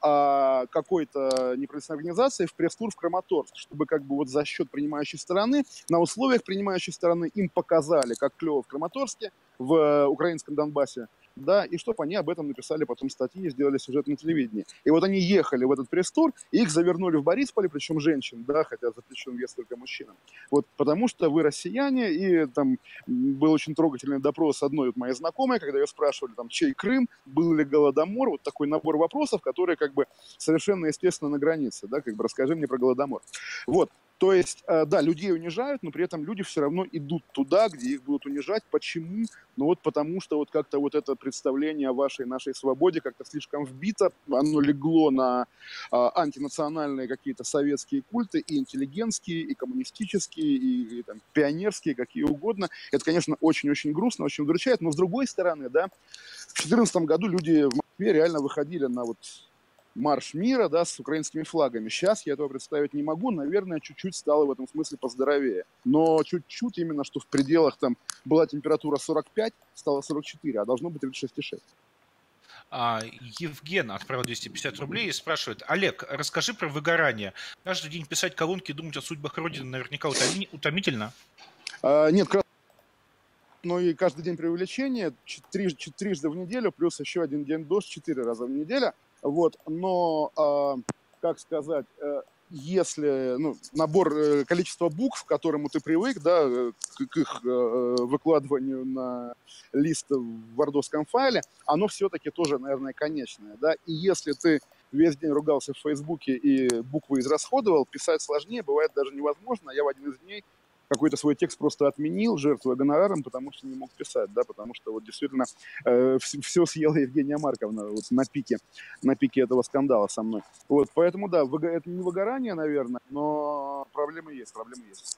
S2: какой-то неправительственной организации, в пресс-тур в Краматорск, чтобы как бы вот за счет принимающей стороны, на условиях принимающей стороны им показали, как клево в Краматорске, в украинском Донбассе, да, и чтобы они об этом написали потом статьи и сделали сюжет на телевидении. И вот они ехали в этот пресс-тур, и их завернули в Борисполе, причем женщин, да, хотя запрещен вес только мужчинам. Вот потому что вы россияне, и там был очень трогательный допрос одной вот моей знакомой, когда ее спрашивали, там, чей Крым, был ли Голодомор, вот такой набор вопросов, которые как бы совершенно естественно на границе, да, как бы расскажи мне про Голодомор. Вот. То есть, да, людей унижают, но при этом люди все равно идут туда, где их будут унижать. Почему? Ну вот потому что вот как-то вот это представление о вашей, нашей свободе как-то слишком вбито, оно легло на антинациональные какие-то советские культы, и интеллигентские, и коммунистические, и там, пионерские, какие угодно. Это, конечно, очень-очень грустно, очень удручает, но с другой стороны, да, в 2014 году люди в Москве реально выходили на вот марш мира, да, с украинскими флагами. Сейчас я этого представить не могу. Наверное, чуть-чуть стало в этом смысле поздоровее. Но чуть-чуть именно, что в пределах там была температура 45, стало 44, а должно быть 36,6.
S3: Евген отправил 250 рублей и спрашивает: Олег, расскажи про выгорание. Каждый день писать колонки и думать о судьбах Родины наверняка утомительно.
S2: Нет, но и каждый день преувеличение, трижды в неделю, плюс еще один день дождь, 4 раза в неделю. Вот, но, как сказать, если, ну, набор, количество букв, к которому ты привык, да, к их выкладыванию на лист в вардовском файле, оно все-таки тоже, наверное, конечное, да, и если ты весь день ругался в Фейсбуке и буквы израсходовал, писать сложнее, бывает даже невозможно. Я в один из дней какой-то свой текст просто отменил, жертвуя гонораром, потому что не мог писать, да, потому что вот действительно все съела Евгения Марковна вот на пике этого скандала со мной. Вот, поэтому, да, это не выгорание, наверное, но проблемы есть, проблемы есть.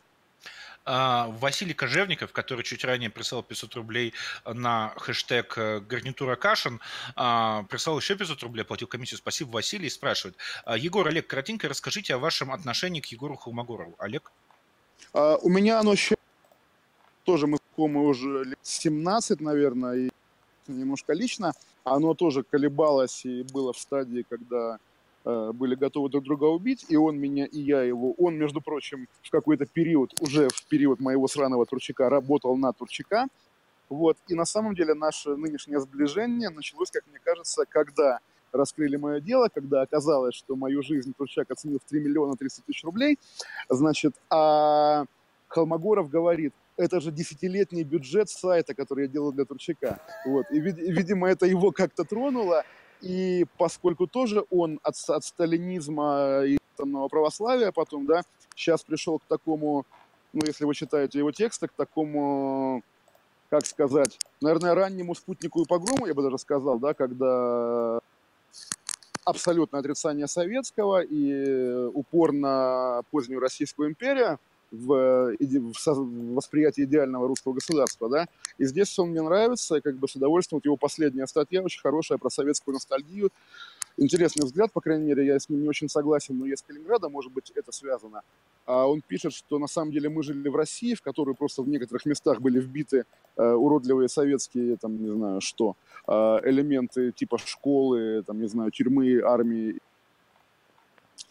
S3: Василий Кожевников, который чуть ранее прислал 500 рублей на хэштег «Гарнитура Кашин», прислал еще 500 рублей, оплатил комиссию. Спасибо, Василий. Спрашивает: Егор, Олег, коротенько расскажите о вашем отношении к Егору Холмогорову. Олег?
S2: У меня оно тоже, мы знакомы уже лет 17, наверное, и немножко лично. Оно тоже колебалось и было в стадии, когда были готовы друг друга убить, и он меня, и я его. Он, между прочим, в какой-то период, уже в период моего сраного Турчака, работал на Турчака. Вот. И на самом деле наше нынешнее сближение началось, как мне кажется, когда раскрыли мое дело, когда оказалось, что мою жизнь Турчак оценил в 3 миллиона 300 тысяч рублей, значит, а Холмогоров говорит: это же 10-летний бюджет сайта, который я делал для Турчака. Вот. И, видимо, это его как-то тронуло. И поскольку тоже он от сталинизма и православия потом, да, сейчас пришел к такому, ну, если вы читаете его тексты, к такому, как сказать, наверное, раннему спутнику и погрому, я бы даже сказал, да, когда абсолютное отрицание советского и упор на позднюю Российскую империю в восприятии идеального русского государства, да, и здесь он мне нравится, и как бы с удовольствием, вот его последняя статья очень хорошая про советскую ностальгию, интересный взгляд, по крайней мере, я с ним не очень согласен, но я с Калининграда, может быть, это связано. Он пишет, что на самом деле мы жили в России, в которую просто в некоторых местах были вбиты уродливые советские, там, не знаю, что, элементы типа школы, там, не знаю, тюрьмы, армии.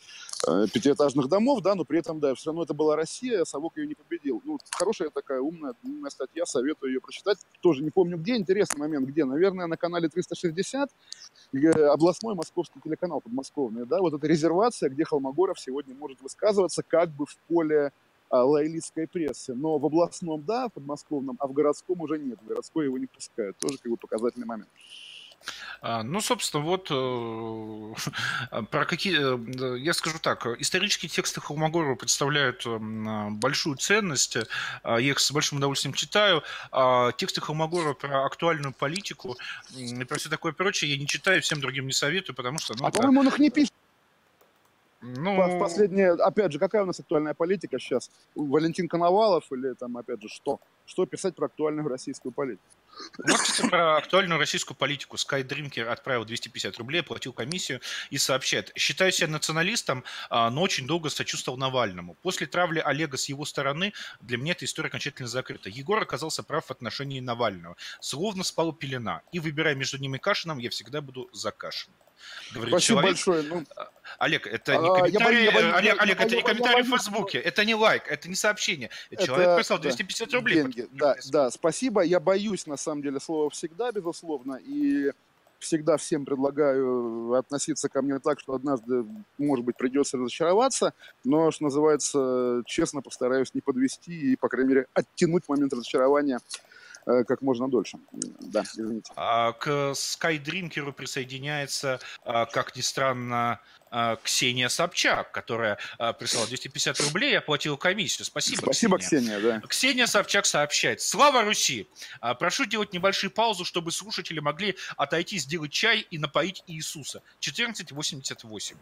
S2: пятиэтажных домов, да, но при этом, да, все равно это была Россия, совок ее не победил. Ну, хорошая такая умная статья, советую ее прочитать. Тоже не помню где, интересный момент, где, наверное, на канале 360, областной московский телеканал подмосковный, да, вот эта резервация, где Холмогоров сегодня может высказываться как бы в поле лоялистской прессы. Но в областном, да, в подмосковном, а в городском уже нет. В городской его не пускают. Тоже как бы показательный момент.
S3: Ну, собственно, вот про какие, я скажу так, исторические тексты Холмогорова представляют большую ценность, я их с большим удовольствием читаю. Тексты Холмогорова про актуальную политику и про все такое прочее я не читаю, всем другим не советую, потому что... Ну,
S2: по-моему, он их не пишет.
S3: Ну...
S2: Последнее, опять же, какая у нас актуальная политика сейчас? Валентин Коновалов или там, опять же, что? Что писать про актуальную российскую политику?
S3: Вот, кстати, про актуальную российскую политику. SkyDrinker отправил 250 рублей, оплатил комиссию и сообщает. Считаю себя националистом, но очень долго сочувствовал Навальному. После травли Олега с его стороны для меня эта история окончательно закрыта. Егор оказался прав в отношении Навального. Словно спала пелена. И выбирая между ним и Кашиным, я всегда буду за Кашиным.
S2: Спасибо
S3: человек.
S2: Большое. Ну...
S3: Олег, это не комментарий, Олег, это не комментарий в Фейсбуке, это не лайк, это не сообщение. Человек прислал 250 рублей.
S2: Деньги, да, спасибо. Я боюсь, на самом деле, слова «всегда», безусловно, и всегда всем предлагаю относиться ко мне так, что однажды, может быть, придется разочароваться, но, что называется, честно постараюсь не подвести и, по крайней мере, оттянуть момент разочарования как можно дольше. Да, извините.
S3: К SkyDrinker'у присоединяется, как ни странно, Ксения Собчак, которая прислала 250 рублей и оплатила комиссию.
S2: Спасибо, Ксения, да.
S3: Ксения Собчак сообщает. Слава Руси! Прошу делать небольшие паузы, чтобы слушатели могли отойти, сделать чай и напоить Иисуса. 1488.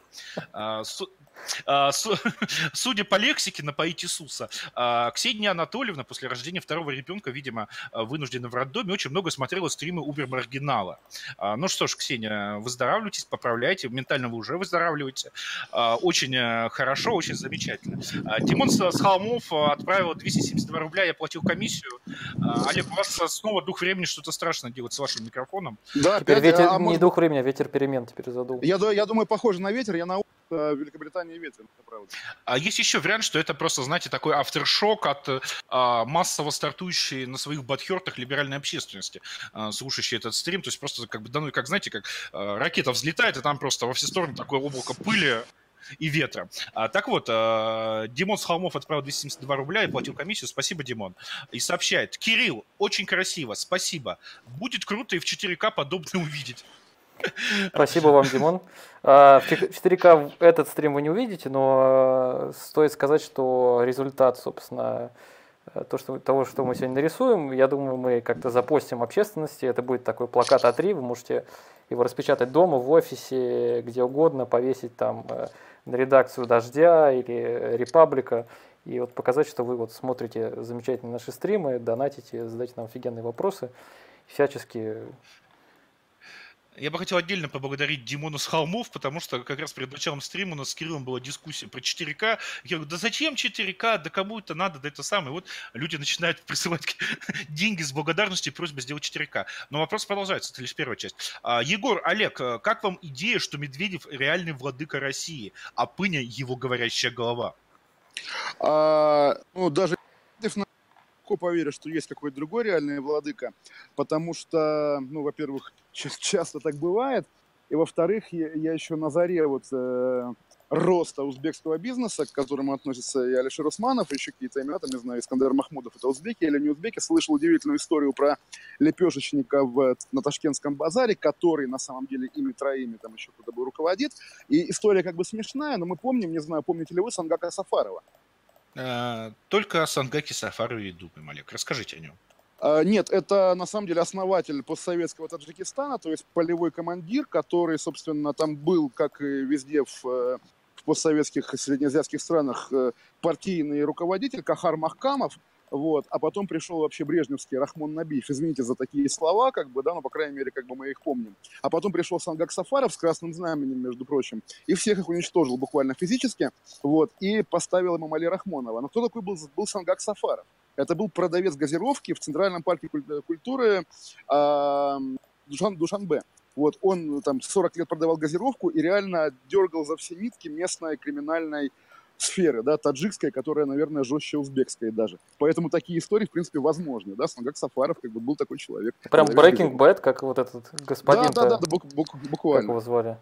S3: Судя по лексике, напоить Иисуса. Ксения Анатольевна после рождения второго ребенка, видимо, вынуждена в роддоме, очень много смотрела стримы Убер-маргинала. Ну что ж, Ксения, выздоравливайтесь, поправляйте. Ментально вы уже выздоравливаете. Очень хорошо, очень замечательно. Димон с Холмов отправил 272 рубля, я платил комиссию. Олег, у вас снова дух времени, что-то страшно делать с вашим микрофоном.
S1: Да, теперь ветер, не дух времени, а ветер перемен теперь задул.
S2: Я думаю, похоже на ветер, я на Великобритании ветер, это правда.
S3: Есть еще вариант, что это просто, знаете, такой авторшок от массово стартующей на своих бадхёртах либеральной общественности, слушающей этот стрим. То есть просто как бы, да, ну, как, знаете, как ракета взлетает, и там просто во все стороны такое облако пыли и ветра. Так вот, Димон с Холмов отправил 272 рубля и платил комиссию. Спасибо, Димон. И сообщает. Кирилл, очень красиво, спасибо. Будет круто и в 4К подобное увидеть.
S1: Спасибо вам, Димон. В 4К этот стрим вы не увидите, но стоит сказать, что результат, собственно, того, что мы сегодня нарисуем, я думаю, мы как-то запостим общественности. Это будет такой плакат А3, вы можете его распечатать дома, в офисе, где угодно, повесить там на редакцию «Дождя» или «Репаблика». И вот показать, что вы вот смотрите замечательные наши стримы, донатите, задаете нам офигенные вопросы, всячески...
S3: Я бы хотел отдельно поблагодарить Димона с Холмов, потому что как раз перед началом стрима у нас с Кириллом была дискуссия про 4К. Я говорю, да зачем 4К, да кому это надо, да это самое. Вот люди начинают присылать деньги с благодарностью и просьбой сделать 4К. Но вопрос продолжается, это лишь первая часть. Егор, Олег, как вам идея, что Медведев реальный владыка России, а Пыня его говорящая голова?
S2: Ну, даже поверю, что есть какой-то другой реальный владыка, потому что, ну, во-первых, часто так бывает, и, во-вторых, я еще на заре вот роста узбекского бизнеса, к которому относится и Алишер Усманов, и еще какие-то имена, там, не знаю, Искандер Махмудов, это узбеки или не узбеки, слышал удивительную историю про лепешечника на Ташкентском базаре, который, на самом деле, ими троими там еще кто-то был руководит, и история как бы смешная, но мы помним, не знаю, помните ли вы Сангака Сафарова?
S3: Только о Сангаке Сафарове и думаем, Олег. Расскажите о нем.
S2: Нет, это на самом деле основатель постсоветского Таджикистана, то есть полевой командир, который, собственно, там был, как и везде в постсоветских и среднеазиатских странах, партийный руководитель Кахар Махкамов, вот, а потом пришел вообще брежневский Рахмон Набиев, извините за такие слова, как бы, да, но, по крайней мере, как бы мы их помним. А потом пришел Сангак Сафаров с красным знаменем, между прочим, и всех их уничтожил буквально физически, вот, и поставил им Эмали Рахмонова. Но кто такой был Сангак Сафаров? Это был продавец газировки в Центральном парке культуры Душанбе. Вот он там 40 лет продавал газировку и реально дергал за все нитки местной криминальной сферы, да, таджикской, которая, наверное, жестче узбекской даже. Поэтому такие истории, в принципе, возможны, да, Смагак Сафаров, как бы, был такой человек.
S1: Прям Breaking Bad, как вот этот господин.
S2: Да, буквально.
S1: Как его звали?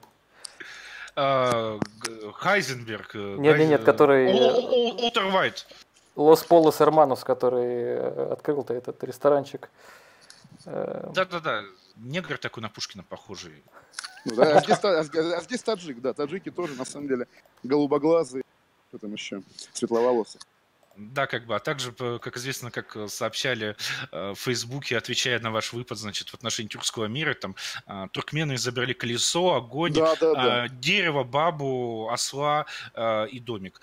S3: Хайзенберг.
S1: Нет, который...
S3: Уолтер Уайт.
S1: Лос Полос Hermanos, который открыл-то этот ресторанчик.
S3: Да. Негр такой на Пушкина похожий.
S2: Ну, да, а здесь таджик, да. Таджики тоже, на самом деле, голубоглазые, потом еще светловолосые.
S3: Да, как бы, а также, как известно, как сообщали в Фейсбуке, отвечая на ваш выпад, значит, в отношении тюркского мира, там, туркмены изобрели колесо, огонь, дерево, бабу, осла и домик.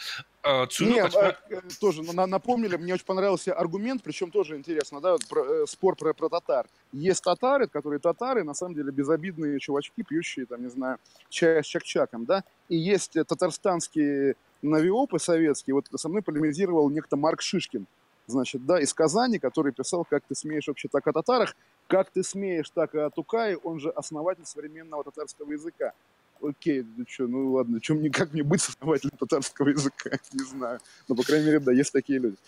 S2: Тоже напомнили, мне очень понравился аргумент, причем тоже интересно, да, спор про татар. Есть татары, которые татары, на самом деле безобидные чувачки, пьющие, там, не знаю, чай с чак-чаком, да, и есть татарстанские навиопы советские. Вот со мной полемизировал некто Марк Шишкин, значит, да, из Казани, который писал, как ты смеешь вообще так о татарах, как ты смеешь так о Тукае, он же основатель современного татарского языка. Окей, ну ладно, как мне быть основателем татарского языка, не знаю. Но, по крайней мере, да, есть такие люди.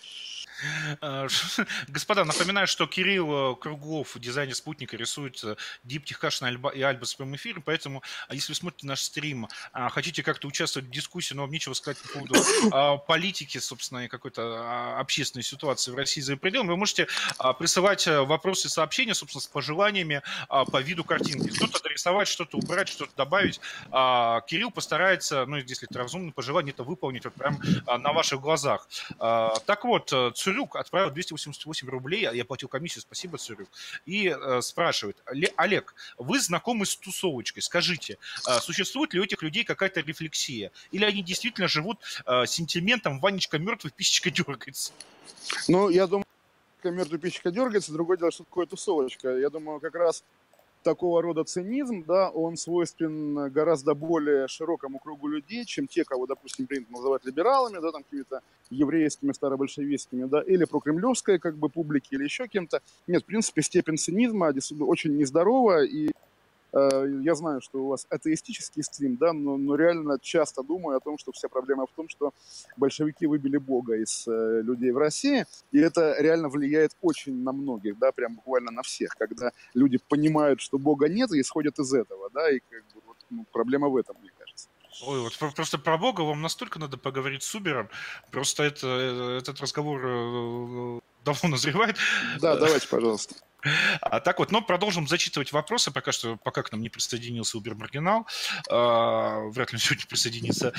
S3: Господа, напоминаю, что Кирилл Круглов, дизайнер «Спутника», рисует диптих Кашина и Альбас в прямом эфире, поэтому, если вы смотрите наш стрим, хотите как-то участвовать в дискуссии, но вам нечего сказать по поводу политики, собственно, и какой-то общественной ситуации в России за пределами, вы можете присылать вопросы и сообщения, собственно, с пожеланиями по виду картинки. Что-то дорисовать, что-то убрать, что-то добавить. Кирилл постарается, ну, если это разумное пожелание, это выполнить вот прям на ваших глазах. Так вот, Цурюк отправил 288 рублей, я платил комиссию, спасибо, Цурюк, и спрашивает: Олег, вы знакомы с тусовочкой, скажите, существует ли у этих людей какая-то рефлексия, или они действительно живут сентиментом «Ванечка мертвый, писечка дергается»?
S2: Ну, я думаю, мертвый писечка дергается, другое дело, что такое тусовочка. Я думаю, как раз такого рода цинизм, да, он свойствен гораздо более широкому кругу людей, чем те, кого, допустим, принято называть либералами, да, там какими-то еврейскими, старобольшевистскими, да, или прокремлевской, как бы, публики, или еще кем-то. Нет, в принципе, степень цинизма очень нездорова, и я знаю, что у вас атеистический стрим, да, но реально часто думаю о том, что вся проблема в том, что большевики выбили Бога из людей в России, и это реально влияет очень на многих, да, прям буквально на всех, когда люди понимают, что Бога нет, и исходят из этого, да, и как бы вот, проблема в этом, мне кажется.
S3: Ой, вот просто про Бога вам настолько надо поговорить с Убером, просто этот разговор давно назревает.
S2: Да, давайте, пожалуйста.
S3: А так вот, но продолжим зачитывать вопросы, пока к нам не присоединился Убер Маргинал. Вряд ли он сегодня присоединится.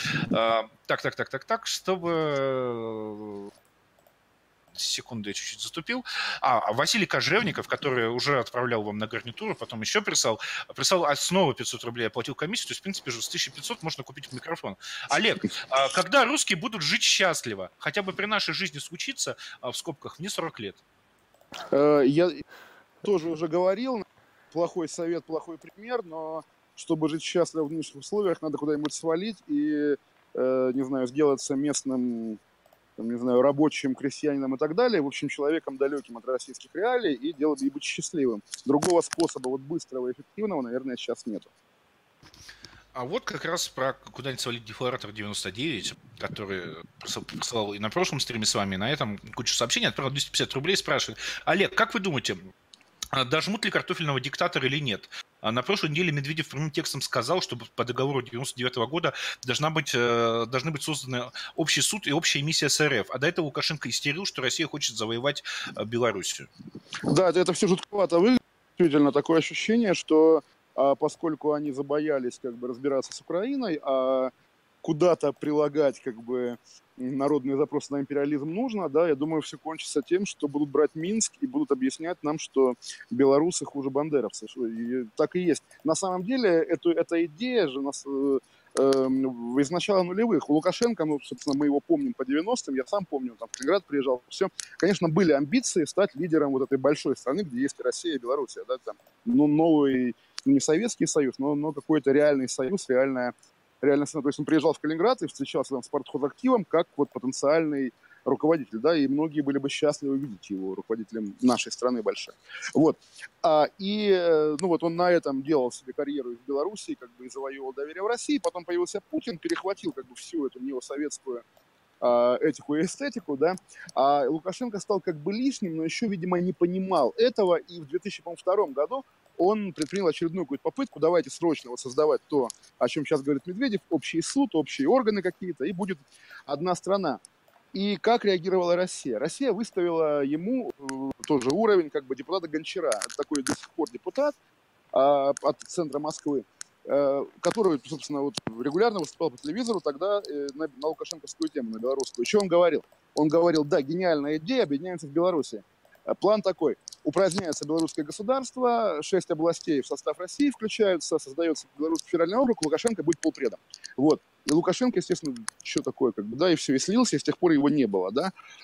S3: Так, чтобы... Секунду, я чуть-чуть заступил. Василий Кожевников, который уже отправлял вам на гарнитуру, потом еще прислал снова 500 рублей, оплатил комиссию, то есть, в принципе, же с 1500 можно купить микрофон. Олег, когда русские будут жить счастливо? Хотя бы при нашей жизни случится, в скобках, мне 40 лет.
S2: Я тоже уже говорил, плохой совет, плохой пример, но чтобы жить счастливо в нынешних условиях, надо куда-нибудь свалить и, не знаю, сделаться местным, там, не знаю, рабочим, крестьянином и так далее, в общем, человеком далеким от российских реалий и быть счастливым. Другого способа вот быстрого и эффективного, наверное, сейчас нету.
S3: А вот как раз про куда-нибудь свалить Дефлоратор 99, который присылал и на прошлом стриме с вами, и на этом кучу сообщений, отправил 250 рублей, спрашивает: Олег, как вы думаете, дожмут ли картофельного диктатора или нет? На прошлой неделе Медведев прямым текстом сказал, что по договору 1999 года должны быть созданы общий суд и общая миссия с РФ. А до этого Лукашенко истерил, что Россия хочет завоевать Белоруссию.
S2: Да, это все жутковато выглядит. Действительно, такое ощущение, что поскольку они забоялись как бы разбираться с Украиной, а куда-то прилагать как бы народные запросы на империализм нужно, да, я думаю, все кончится тем, что будут брать Минск и будут объяснять нам, что белорусы хуже бандеровцев. И так и есть. На самом деле, эта идея же нас из начала нулевых. У Лукашенко, ну, собственно, мы его помним по 90-м, я сам помню, там в Калининград приезжал, все. Конечно, были амбиции стать лидером вот этой большой страны, где есть и Россия, и Белоруссия, да, там, ну, новый, не Советский Союз, но какой-то реальный союз, реальная страна. То есть он приезжал в Калининград и встречался там с партхозактивом как вот потенциальный руководитель, да, и многие были бы счастливы видеть его руководителем нашей страны большой. Вот. Ну вот он на этом делал себе карьеру в Беларуси, как бы и завоевал доверие в России, потом появился Путин, перехватил как бы всю эту неосоветскую этику и эстетику, да, а Лукашенко стал как бы лишним, но еще, видимо, не понимал этого, и в 2002 году он предпринял очередную какую-то попытку, давайте срочно вот создавать то, о чем сейчас говорит Медведев, общий суд, общие органы какие-то, и будет одна страна. И как реагировала Россия? Россия выставила ему тоже уровень как бы депутата Гончара, это такой до сих пор депутат от центра Москвы, который, собственно, вот регулярно выступал по телевизору тогда на лукашенковскую тему, на белорусскую. Что он говорил? Он говорил, да, гениальная идея, объединяемся в Беларуси. План такой. Упраздняется белорусское государство, 6 областей в состав России включаются, создается Белорусский федеральный округ, Лукашенко будет полпредом. Вот. И Лукашенко, естественно, что такое, как бы, да, и все, и слился, и с тех пор его не было,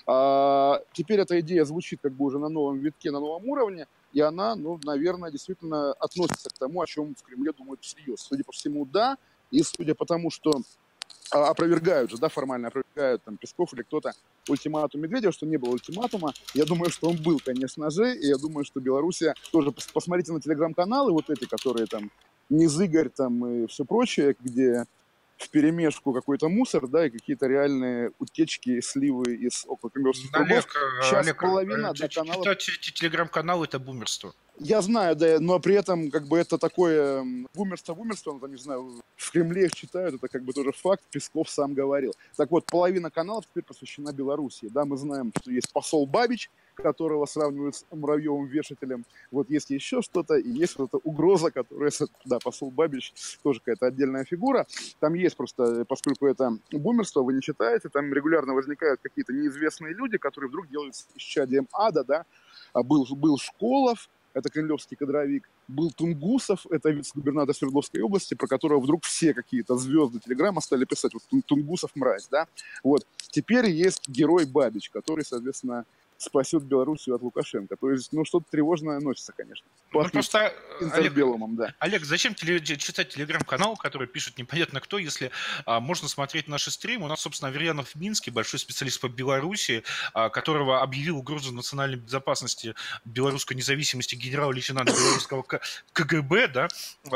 S2: да. Теперь эта идея звучит как бы уже на новом витке, на новом уровне, и она, ну, наверное, действительно относится к тому, о чем в Кремле думают всерьез. Судя по всему, да, и судя по тому, что опровергают же, да, формально опровергают там Песков или кто-то ультиматум Медведева, что не было ультиматума. Я думаю, что он был, конечно же, и я думаю, что Белоруссия тоже, посмотрите на телеграм-каналы вот эти, которые там Низыгорь там и все прочее, где вперемешку какой-то мусор, да, и какие-то реальные утечки, сливы из околокремлевских кругов. Сейчас
S3: Олег,
S2: половина до каналов...
S3: читать эти телеграм-каналы — это бумерство.
S2: Я знаю, да, но при этом как бы это такое бумерство, ну, там, не знаю, в Кремле их читают, это как бы тоже факт, Песков сам говорил. Так вот, половина каналов теперь посвящена Белоруссии, да, мы знаем, что есть посол Бабич, которого сравнивают с Муравьевым-вешателем, вот есть еще что-то, и есть вот эта угроза, которая, да, посол Бабич тоже какая-то отдельная фигура, там есть просто, поскольку это бумерство, вы не читаете, там регулярно возникают какие-то неизвестные люди, которые вдруг делаются исчадием ада, да, был Школов, это кремлевский кадровик, был Тунгусов, это вице-губернатор Свердловской области, про которого вдруг все какие-то звезды телеграмма стали писать, вот Тунгусов мразь, да, вот. Теперь есть герой Бабич, который, соответственно, спасет Белоруссию от Лукашенко. То есть, ну, что-то тревожное носится, конечно.
S3: Ну, просто,
S2: интербеллумом, да.
S3: Олег, зачем читать телеграм-канал, который пишет непонятно кто, если можно смотреть наши стримы? У нас, собственно, Аверьянов в Минске, большой специалист по Беларуси, которого объявил угрозу национальной безопасности, белорусской независимости генерал-лейтенант белорусского КГБ, да?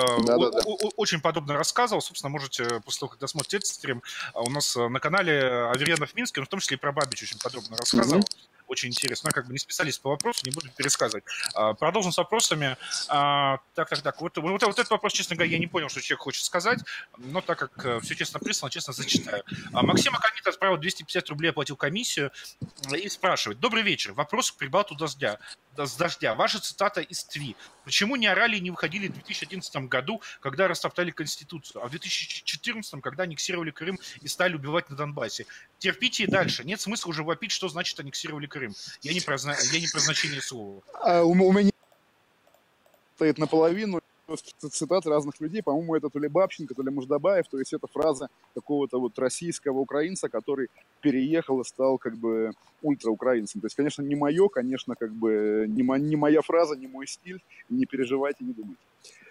S3: Очень подробно рассказывал. Собственно, можете после того, когда смотрите этот стрим, у нас на канале Аверьянов в Минске, он в том числе и про Бабич очень подробно рассказывал. Очень интересно. Я как бы не специалист по вопросу, не буду пересказывать. Продолжим с вопросами. Так. Вот этот вопрос, честно говоря, я не понял, что человек хочет сказать, но так как все честно прислано, честно зачитаю. Максим Аконит отправил 250 рублей, оплатил комиссию и спрашивает. Добрый вечер. Вопрос к прибалту дождя. Ваша цитата из ТВИ. Почему не орали и не выходили в 2011 году, когда растоптали Конституцию, а в 2014, когда аннексировали Крым и стали убивать на Донбассе? Терпите и дальше. Нет смысла уже вопить, что значит аннексировали Крым. Я не про значение слова.
S2: У меня стоит наполовину цитат разных людей. По-моему, это то ли Бабченко, то ли Муждабаев. То есть это фраза какого-то вот российского украинца, который переехал и стал как бы ультраукраинцем. То есть, конечно, не мое, конечно, как бы не моя фраза, не мой стиль. Не переживайте, не думайте.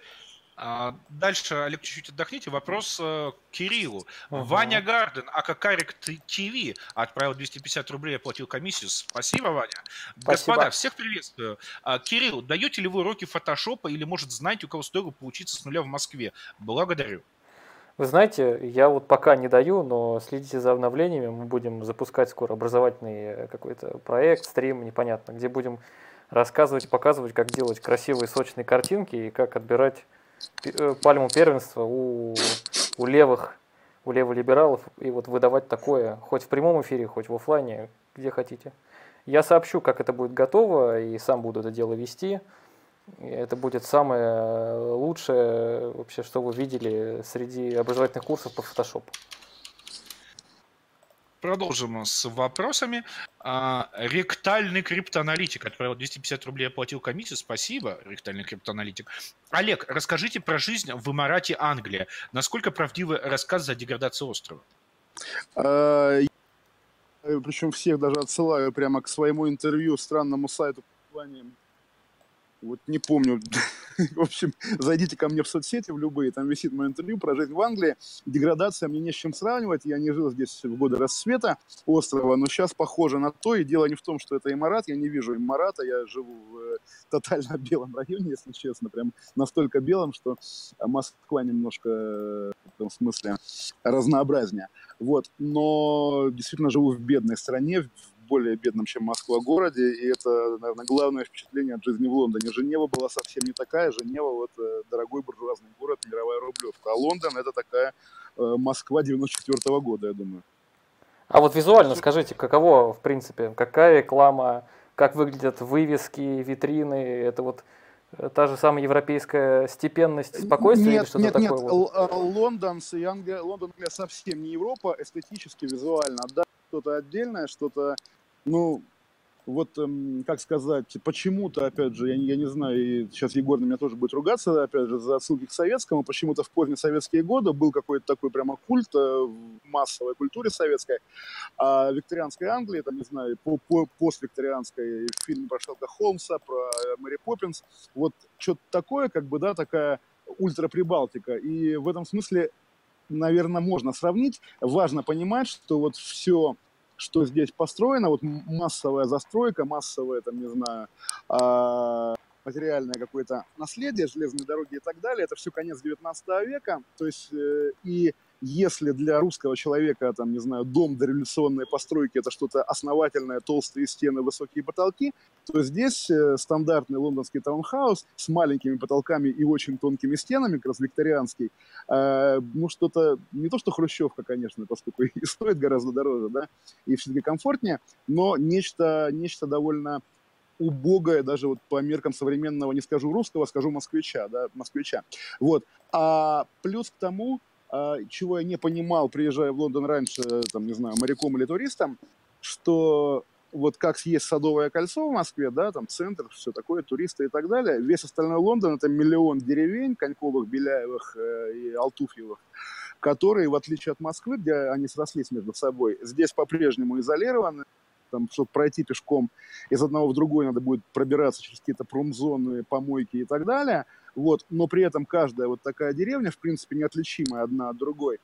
S3: Дальше, Олег, чуть-чуть отдохните. Вопрос к Кириллу. Ваня Гарден, Акакарик ТВ отправил 250 рублей, оплатил комиссию. Спасибо, Ваня.
S1: Спасибо.
S3: Господа, всех приветствую. Кирилл, даете ли вы уроки фотошопа или, может, знаете, у кого стоило поучиться с нуля в Москве? Благодарю.
S1: Вы знаете, я вот пока не даю, но следите за обновлениями. Мы будем запускать скоро образовательный какой-то проект, стрим, непонятно, где будем рассказывать, показывать, как делать красивые сочные картинки и как отбирать пальму первенства у леволибералов и вот выдавать такое, хоть в прямом эфире, хоть в офлайне, где хотите. Я сообщу, как это будет готово, и сам буду это дело вести. И это будет самое лучшее, вообще, что вы видели среди образовательных курсов по фотошопу.
S3: Продолжим с вопросами. Ректальный криптоаналитик отправил 250 рублей, оплатил комиссию. Спасибо, ректальный криптоаналитик. Олег, расскажите про жизнь в Эмирате, Англия. Насколько правдивый рассказ за деградацию острова?
S2: Причем всех даже отсылаю прямо к своему интервью странному сайту под названием Вот не помню. В общем, зайдите ко мне в соцсети, в любые, там висит мое интервью про жизнь в Англии. Деградация мне не с чем сравнивать. Я не жил здесь в годы расцвета острова, но сейчас похоже на то. И дело не в том, что это Имарат. Я не вижу Имарата. Я живу в тотально белом районе, если честно. Прям настолько белом, что Москва немножко в этом смысле разнообразнее. Вот. Но действительно живу в бедной стране, в более бедном, чем Москва, городе, и это, наверное, главное впечатление от жизни в Лондоне. Женева была совсем не такая. Женева, вот, дорогой буржуазный город, мировая рублевка. А Лондон — это такая Москва 94-го года, я думаю.
S1: А вот визуально скажите, каково, в принципе, какая реклама, как выглядят вывески, витрины, это вот та же самая европейская степенность, спокойствие или что-то такое?
S2: Лондон и Англия, Лондон совсем не Европа, эстетически, визуально. Да, что-то отдельное, что-то, ну, вот, как сказать, почему-то, опять же, я не знаю, и сейчас Егор на меня тоже будет ругаться, опять же, за отсылки к советскому, почему-то в поздние советские годы был какой-то такой прямо культ в массовой культуре советской, а викторианской Англии, там, не знаю, поствикторианской, фильм про Шерлока Холмса, про Мэри Поппинс, вот что-то такое, как бы, да, такая ультра-прибалтика, и в этом смысле, наверное, можно сравнить. Важно понимать, что вот все, что здесь построено, вот массовая застройка, массовое, там, не знаю, материальное какое-то наследие, железные дороги и так далее, это все конец 19 века, то есть и если для русского человека, там, не знаю, дом дореволюционной постройки — это что-то основательное, толстые стены, высокие потолки, то здесь стандартный лондонский таунхаус с маленькими потолками и очень тонкими стенами, как раз викторианский, ну, что-то, не то что хрущевка, конечно, поскольку и стоит гораздо дороже, да, и все-таки комфортнее, но нечто довольно убогое, даже вот по меркам современного, не скажу русского, скажу москвича, да, москвича. Вот. А плюс к тому, чего я не понимал, приезжая в Лондон раньше, там, не знаю, моряком или туристом, что вот как есть Садовое кольцо в Москве, да, там центр, все такое, туристы и так далее, весь остальной Лондон — это миллион деревень, Коньковых, Беляевых и Алтуфьевых, которые, в отличие от Москвы, где они срослись между собой, здесь по-прежнему изолированы. Там, чтобы пройти пешком из одного в другой, надо будет пробираться через какие-то промзоны, помойки и так далее. Вот. Но при этом каждая вот такая деревня, в принципе, неотличимая одна от другой,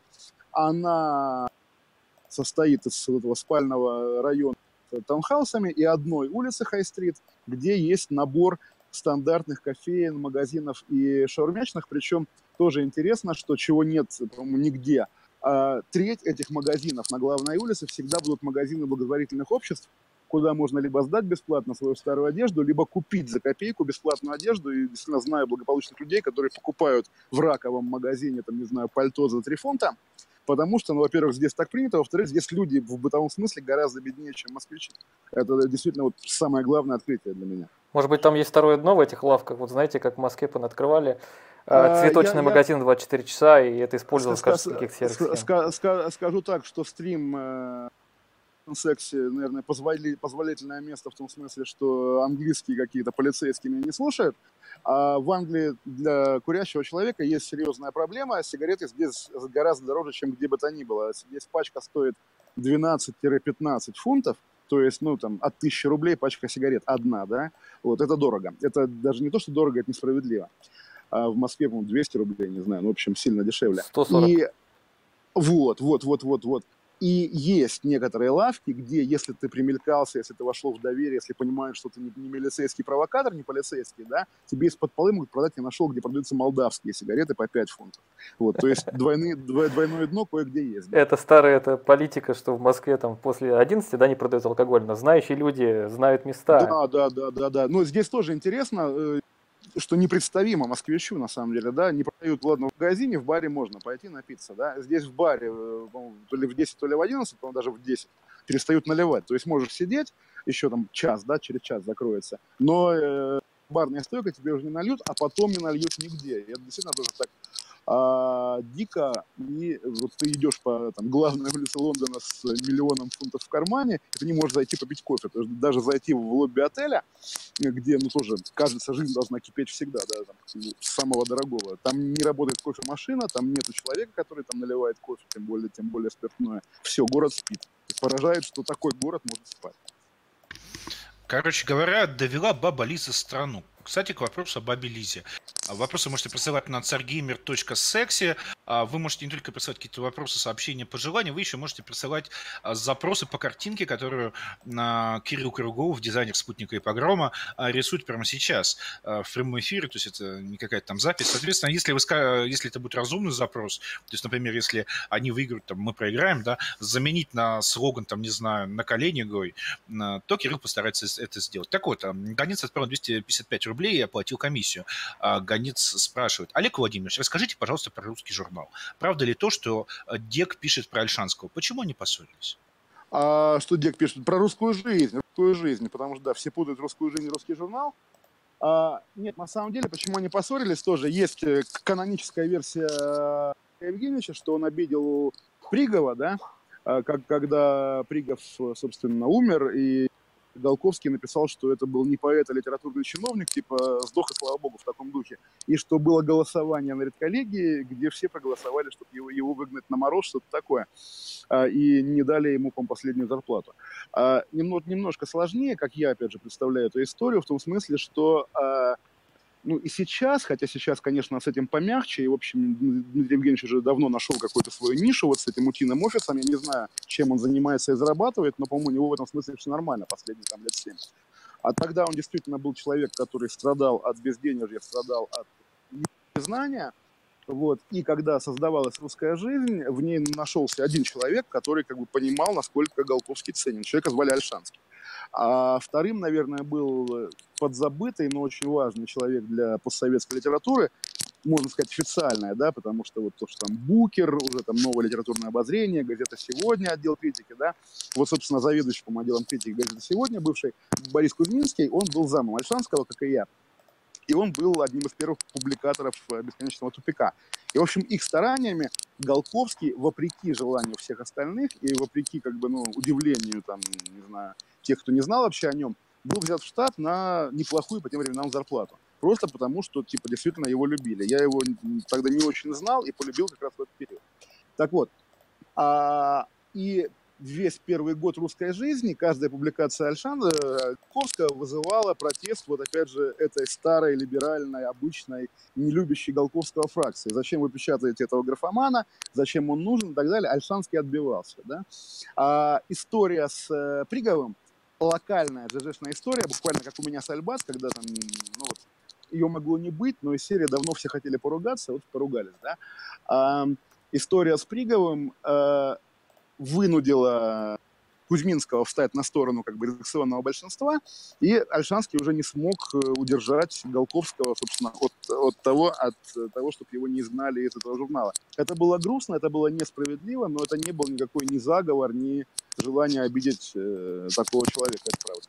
S2: она состоит из этого спального района с таунхаусами и одной улицы Хай-стрит, где есть набор стандартных кофеен, магазинов и шаурмячных. Причем тоже интересно, что чего нет, по-моему, нигде. Треть этих магазинов на главной улице всегда будут магазины благотворительных обществ, куда можно либо сдать бесплатно свою старую одежду, либо купить за копейку бесплатную одежду. И действительно знаю благополучных людей, которые покупают в раковом магазине, там, не знаю, пальто за 3 фунта, потому что, ну, во-первых, здесь так принято, во-вторых, здесь люди в бытовом смысле гораздо беднее, чем москвичи. Это действительно вот самое главное открытие для меня.
S1: Может быть, там есть второе дно в этих лавках? Вот знаете, как в Москве понаоткрывали цветочный магазин 24 часа, и это использовалось в качестве каких-то сервисов.
S2: Скажу так, что стрим сексе, наверное, позволительное место в том смысле, что английские какие-то полицейские меня не слушают. А в Англии для курящего человека есть серьезная проблема. Сигареты здесь гораздо дороже, чем где бы то ни было. Здесь пачка стоит 12-15 фунтов. То есть, ну, там, от 1000 рублей пачка сигарет одна, да? Вот, это дорого. Это даже не то, что дорого, это несправедливо. А в Москве, по-моему, 200 рублей, не знаю, ну, в общем, сильно дешевле.
S1: 140.
S2: И вот. И есть некоторые лавки, где, если ты примелькался, если ты вошел в доверие, если понимаешь, что ты не милицейский провокатор, не полицейский, да, тебе из-под полы могут продать, я нашел, где продаются молдавские сигареты по 5 фунтов. Вот, то есть двойное дно кое-где есть. Да.
S1: Это старая политика, что в Москве там после 11, да, не продают алкоголь, но знающие люди знают места.
S2: Да. Но здесь тоже интересно, что непредставимо москвичу, на самом деле, да, не продают, ладно, в магазине, в баре можно пойти напиться, да, здесь в баре, то ли в 10, то ли в 11, по-моему, даже в 10 перестают наливать, то есть можешь сидеть еще там час, да, через час закроется, но барная стойка тебе уже не нальют, а потом не нальют нигде, и это действительно тоже так дико, и вот ты идешь по там, главной улице Лондона с миллионом фунтов в кармане, и ты не можешь зайти попить кофе, то есть даже зайти в лобби отеля, где, ну, тоже, кажется, жизнь должна кипеть всегда, да, там, самого дорогого. Там не работает кофемашина, там нету человека, который там наливает кофе, тем более спиртное. Все, город спит. И поражает, что такой город может спать.
S3: Короче говоря, довела баба Лиза страну. Кстати, к вопросу о бабе Лизе. Вопросы можете присылать на tsargamer.sexy. Вы можете не только присылать какие-то вопросы, сообщения, пожелания, вы еще можете присылать запросы по картинке, которую Кирилл Кругов, дизайнер «Спутника» и «Погрома», рисует прямо сейчас в прямом эфире, то есть это не какая-то там запись. Соответственно, если это будет разумный запрос, то есть, например, если они выиграют, там, мы проиграем, да, заменить на слоган, там, не знаю, на колени гой, то Кирилл постарается это сделать. Так вот, гонец отправил 255 рублей и оплатил комиссию. Гонец спрашивает: Олег Владимирович, расскажите, пожалуйста, про русский журнал. Правда ли то, что Дек пишет про Ольшанского? Почему они поссорились?
S2: А что Дек пишет? Про русскую жизнь, потому что, да, все путают русскую жизнь и русский журнал. Нет, на самом деле, почему они поссорились, тоже есть каноническая версия Евгеньевича, что он обидел Пригова, да, когда Пригов, собственно, умер, и Голковский написал, что это был не поэт, а литературный чиновник, типа сдох и слава богу, в таком духе. И что было голосование на редколлегии, где все проголосовали, чтобы его выгнать на мороз, что-то такое. И не дали ему, по-моему, последнюю зарплату. Немножко сложнее, как я, опять же, представляю эту историю, в том смысле, что ну и сейчас, хотя сейчас, конечно, с этим помягче, и, в общем, Дмитрий Евгеньевич уже давно нашел какую-то свою нишу вот с этим утиным офисом, я не знаю, чем он занимается и зарабатывает, но, по-моему, у него в этом смысле все нормально последние там лет 7. А тогда он действительно был человек, который страдал от безденежья, страдал от незнания, вот, и когда создавалась русская жизнь, в ней нашелся один человек, который как бы понимал, насколько Голковский ценен. Человека звали Ольшанский. А вторым, наверное, был подзабытый, но очень важный человек для постсоветской литературы, можно сказать, официальная, да, потому что вот то, что там Букер, уже там новое литературное обозрение, газета «Сегодня», отдел критики, да, вот, собственно, заведующий, по-моему, отделом критики газеты «Сегодня», бывший Борис Кузьминский, он был замом Ольшанского, как и я. И он был одним из первых публикаторов «Бесконечного тупика». И, в общем, их стараниями Голковский, вопреки желанию всех остальных и вопреки, как бы, ну, удивлению, там, не знаю, тех, кто не знал вообще о нем, был взят в штат на неплохую по тем временам зарплату. Просто потому, что, типа, действительно его любили. Я его тогда не очень знал и полюбил как раз в этот период. Так вот, и весь первый год русской жизни каждая публикация Голковского вызывала протест, вот опять же, этой старой, либеральной, обычной, не любящей Голковского фракции. Зачем вы печатаете этого графомана, зачем он нужен и так далее. Ольшанский отбивался. Да? История с Приговым, локальная ЖЖшная история, буквально как у меня с Альбац, когда там, ну вот, ее могло не быть, но из серии давно все хотели поругаться, вот поругались. Да? История с Приговым вынудила Кузьминского встать на сторону как бы редакционного большинства, и Ольшанский уже не смог удержать Голковского, собственно, от того, чтобы его не изгнали из этого журнала. Это было грустно, это было несправедливо, но это не был никакой ни заговор, ни желание обидеть такого человека, это правда.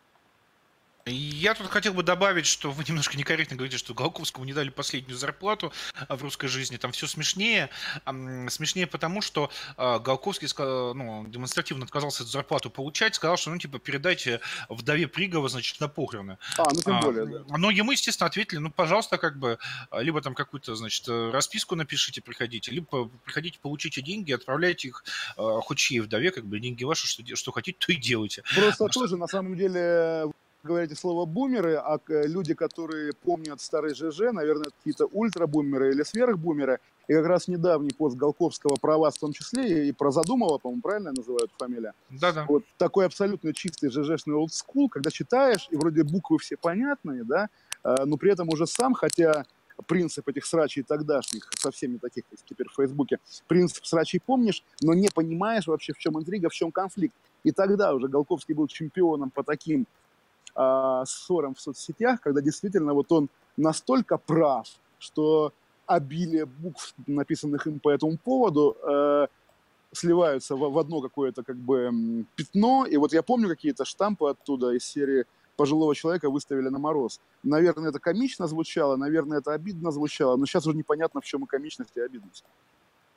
S3: Я тут хотел бы добавить, что вы немножко некорректно говорите, что Голковскому не дали последнюю зарплату в русской жизни. Там все смешнее. Смешнее потому, что Голковский демонстративно отказался эту зарплату получать, сказал, что, ну, типа, передайте вдове Пригова, значит, на похороны.
S2: Ну, тем более, да.
S3: Но ему, естественно, ответили, ну, пожалуйста, как бы, либо там какую-то, значит, расписку напишите, приходите, либо приходите, получите деньги, отправляйте их хоть чьей вдове, как бы, деньги ваши, что хотите, то и делайте.
S2: Просто тоже, на самом деле, говорите слово «бумеры», а люди, которые помнят старый ЖЖ, наверное, какие-то ультрабумеры или сверхбумеры. И как раз недавний пост Голковского про вас в том числе, и про Задумова, по-моему, правильно называют фамилия?
S3: Да-да.
S2: Вот такой абсолютно чистый ЖЖшный олдскул, когда читаешь, и вроде буквы все понятные, да, но при этом уже сам, хотя принцип этих срачей тогдашних, совсем не таких, как теперь в Фейсбуке, принцип срачей помнишь, но не понимаешь вообще, в чем интрига, в чем конфликт. И тогда уже Голковский был чемпионом по таким ссорам в соцсетях, когда действительно вот он настолько прав, что обилие букв, написанных им по этому поводу, сливаются в одно какое-то как бы пятно. И вот я помню какие-то штампы оттуда из серии «Пожилого человека выставили на мороз». Наверное, это комично звучало, наверное, это обидно звучало, но сейчас уже непонятно, в чем и комичность, и обидность.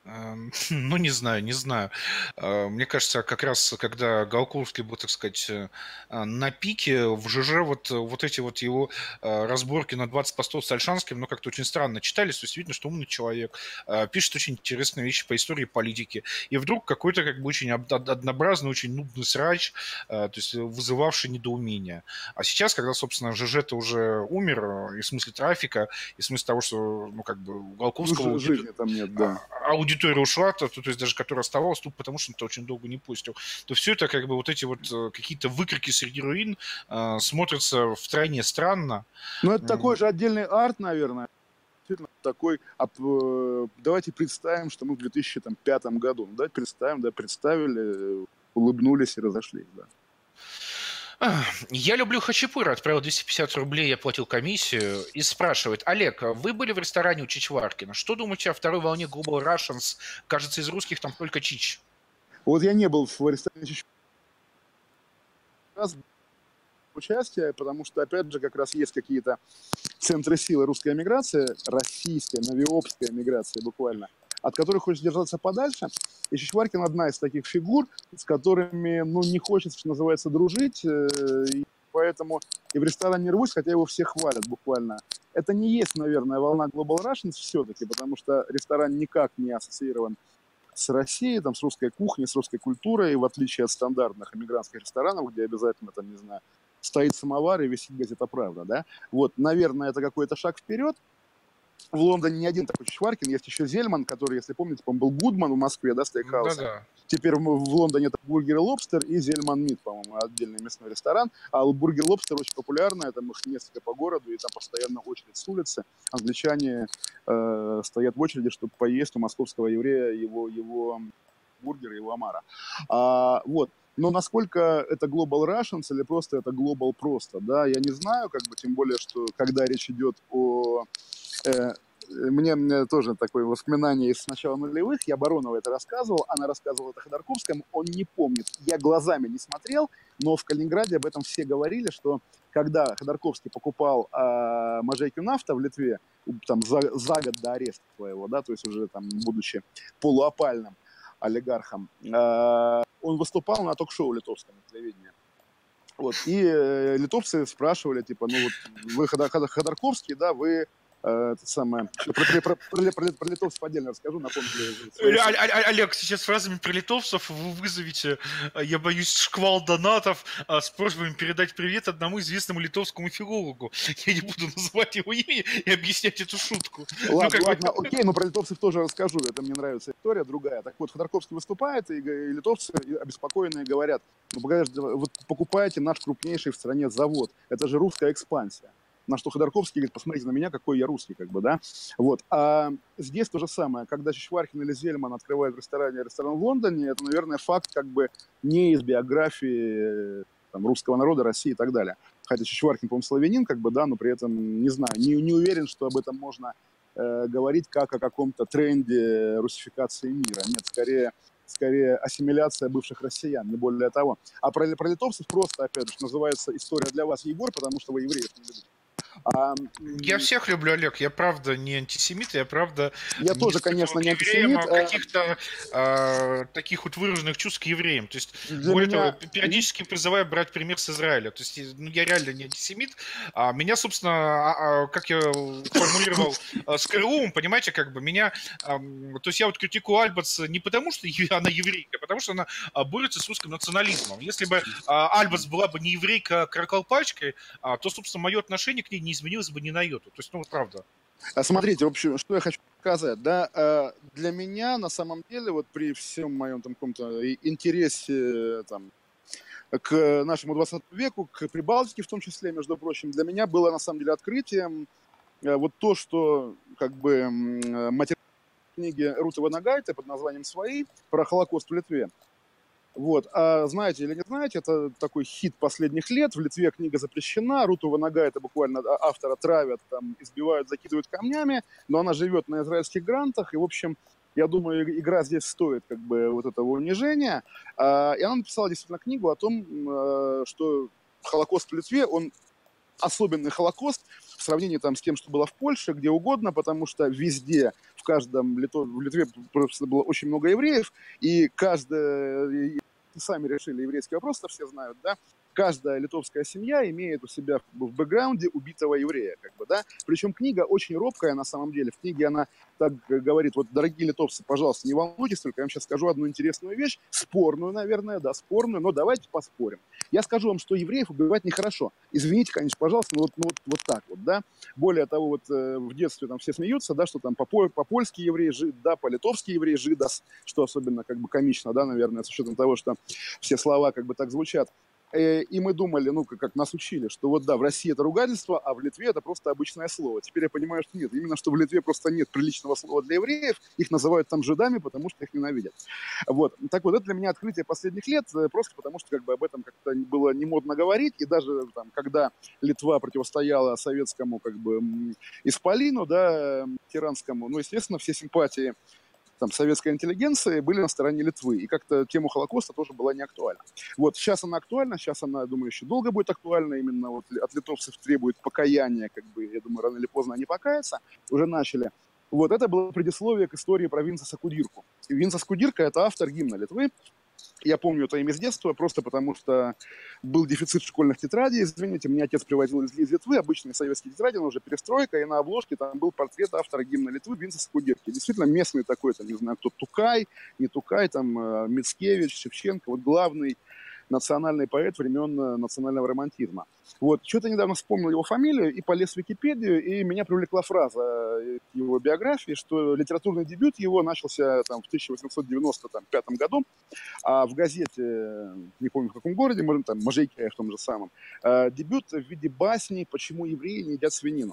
S3: Ну, не знаю, не знаю. Мне кажется, как раз когда Голковский был, так сказать, на пике, в ЖЖ вот эти вот его разборки на 20 постов с Ольшанским, ну, как-то очень странно читались, то есть видно, что умный человек, пишет очень интересные вещи по истории политики, и вдруг какой-то как бы очень однообразный, очень нудный срач, то есть вызывавший недоумение. А сейчас, когда, собственно, ЖЖ-то уже умер, и в смысле трафика, и в смысле того, что, ну, как бы у Голковского
S2: Жизни там нет, да.
S3: аудитория ушла, то есть даже которая оставалась тут, потому что он-то очень долго не постил, то все это как бы вот эти вот какие-то выкрики среди руин смотрятся втройне странно.
S2: Ну, это такой же отдельный арт, наверное. Такой, давайте представим, что мы в 2005 году. Ну, давайте представим, да, представили, улыбнулись и разошлись, да.
S3: Я люблю хачапури, отправил 250 рублей, я платил комиссию, и спрашивает: Олег, вы были в ресторане у Чичваркина? Что думаете о второй волне Global Russians? Кажется, из русских там только Чич.
S2: Вот я не был в ресторане Чичваркина участия, потому что, опять же, как раз есть какие-то центры силы русской эмиграции, российской, новиопской эмиграции буквально, от которых хочется держаться подальше. И Чичваркин одна из таких фигур, с которыми, ну, не хочется, что называется, дружить, и поэтому и в ресторан не рвусь, хотя его все хвалят буквально. Это не есть, наверное, волна Global Russians все-таки, потому что ресторан никак не ассоциирован с Россией, там, с русской кухней, с русской культурой, в отличие от стандартных эмигрантских ресторанов, где обязательно, там, не знаю, стоит самовар и висит газета «Правда», да. Вот, наверное, это какой-то шаг вперед. В Лондоне не один такой Чичваркин, есть еще Зельман, который, если помните, по-моему, был Гудман в Москве, да, стейкхаус.
S3: Да-да.
S2: Теперь в Лондоне это Бургер и Лобстер и Зельман Мит, по-моему, отдельный мясной ресторан. А Бургер и Лобстер очень популярный, там их несколько по городу, и там постоянно очередь с улицы. Англичане стоят в очереди, чтобы поесть у московского еврея его бургер, его омара. Вот. Но насколько это Global Russians или просто это Global просто, да, я не знаю, как бы, тем более, что когда речь идет о... Мне тоже такое воспоминание из начала нулевых, я Бароновой это рассказывал, она рассказывала это Ходорковскому, он не помнит, я глазами не смотрел, но в Калининграде об этом все говорили, что когда Ходорковский покупал Можайку нафта в Литве, там за год до ареста своего, да, то есть уже там будучи полуопальным олигархом, он выступал на ток-шоу литовском на телевидении. Вот, и литовцы спрашивали, типа, ну вот вы Ходорковский, да, вы это самое, про литовцев отдельно расскажу, напомню.
S3: Олег, сейчас фразами про литовцев вы вызовете, я боюсь, шквал донатов с просьбами передать привет одному известному литовскому филологу. Я не буду называть его имя и объяснять эту шутку.
S2: Ладно, окей, но про литовцев тоже расскажу, это мне нравится история другая. Так вот, Ходорковский выступает, и литовцы обеспокоенные говорят, ну, вы покупаете наш крупнейший в стране завод, это же русская экспансия. На что Ходорковский говорит, посмотрите на меня, какой я русский, как бы, да. Вот. А здесь то же самое. Когда Чичваркин или Зельман открывают ресторан в Лондоне, это, наверное, факт как бы не из биографии там, русского народа, России и так далее. Хотя Чичваркин, по-моему, славянин, как бы, да, но при этом, не знаю, не уверен, что об этом можно говорить как о каком-то тренде русификации мира. Нет, скорее ассимиляция бывших россиян, не более того. А про литовцев просто, опять же, называется «История для вас, Егор», потому что вы евреев не любите.
S3: Я всех люблю, Олег. Я правда не антисемит, я правда...
S2: Я тоже, конечно, не антисемит.
S3: Каких-то таких вот выраженных чувств к евреям. То есть, более того, периодически призываю брать пример с Израиля. То есть, ну, я реально не антисемит. Меня, собственно, как я формулировал с КРУ, понимаете, как бы меня... То есть, я вот критикую Альбац не потому, что она еврейка, а потому, что она борется с русским национализмом. Если бы Альбац была бы не еврейка, а каракалпачкой, то, собственно, мое отношение к ней не изменилось бы ни на йоту. То есть, ну, правда.
S2: Смотрите, в общем, что я хочу сказать, да, для меня, на самом деле, вот при всем моем там каком-то интересе там, к нашему 20 веку, к Прибалтике в том числе, между прочим, для меня было, на самом деле, открытием вот то, что, как бы, материал книги Руты Ванагайты под названием «Свои» про Холокост в Литве. Вот. А знаете или не знаете, это такой хит последних лет. В Литве книга запрещена. Руту Ванагайта буквально автора травят, там, избивают, закидывают камнями. Но она живет на израильских грантах. И, в общем, я думаю, игра здесь стоит как бы вот этого унижения. И она написала действительно книгу о том, что Холокост в Литве, он особенный Холокост в сравнении там с тем, что было в Польше, где угодно, потому что везде, в Литве просто было очень много евреев, и сами решили еврейский вопрос, это все знают, да, каждая литовская семья имеет у себя в бэкграунде убитого еврея, как бы, да. Причем книга очень робкая на самом деле. В книге она так говорит: вот, дорогие литовцы, пожалуйста, не волнуйтесь, только я вам сейчас скажу одну интересную вещь, спорную, наверное, да, спорную, но давайте поспорим. Я скажу вам, что евреев убивать нехорошо. Извините, конечно, пожалуйста, но вот так вот, да. Более того, вот в детстве там все смеются, да, что там по-польски еврей жид, да, по-литовски еврей жидас, что особенно как бы комично, да, наверное, с учетом того, что все слова как бы так звучат. И мы думали, ну, как нас учили, что вот да, в России это ругательство, а в Литве это просто обычное слово. Теперь я понимаю, что нет. Именно что в Литве просто нет приличного слова для евреев. Их называют там жидами, потому что их ненавидят. Вот. Так вот, это для меня открытие последних лет, просто потому что как бы об этом как-то было не модно говорить. И даже там, когда Литва противостояла советскому как бы исполину, да, тиранскому, ну, естественно, все симпатии там, советской интеллигенции были на стороне Литвы. И как-то тема Холокоста тоже была не актуальна. Вот сейчас она актуальна, сейчас она, я думаю, еще долго будет актуальна. Именно вот от литовцев требует покаяния, как бы, я думаю, рано или поздно они покаятся. Уже начали. Вот это было предисловие к истории про Винцеса Кудирку. И Винцес Кудирка – это автор гимна Литвы. Я помню это имя с детства, просто потому что был дефицит школьных тетрадей. Извините, меня отец привозил из Литвы, обычные советские тетради, но уже перестройка, и на обложке там был портрет автора гимна Литвы Винцеса Кудирки. Действительно местный такой, там, не знаю, кто, Тукай, не Тукай, там, Мицкевич, Шевченко, вот главный национальный поэт времен национального романтизма. Вот, что-то недавно вспомнил его фамилию и полез в Википедию, и меня привлекла фраза его биографии, что литературный дебют его начался там, в 1895 году, а в газете, не помню в каком городе, может, там, Можайке в том же самом, дебют в виде басни «Почему евреи не едят свинину».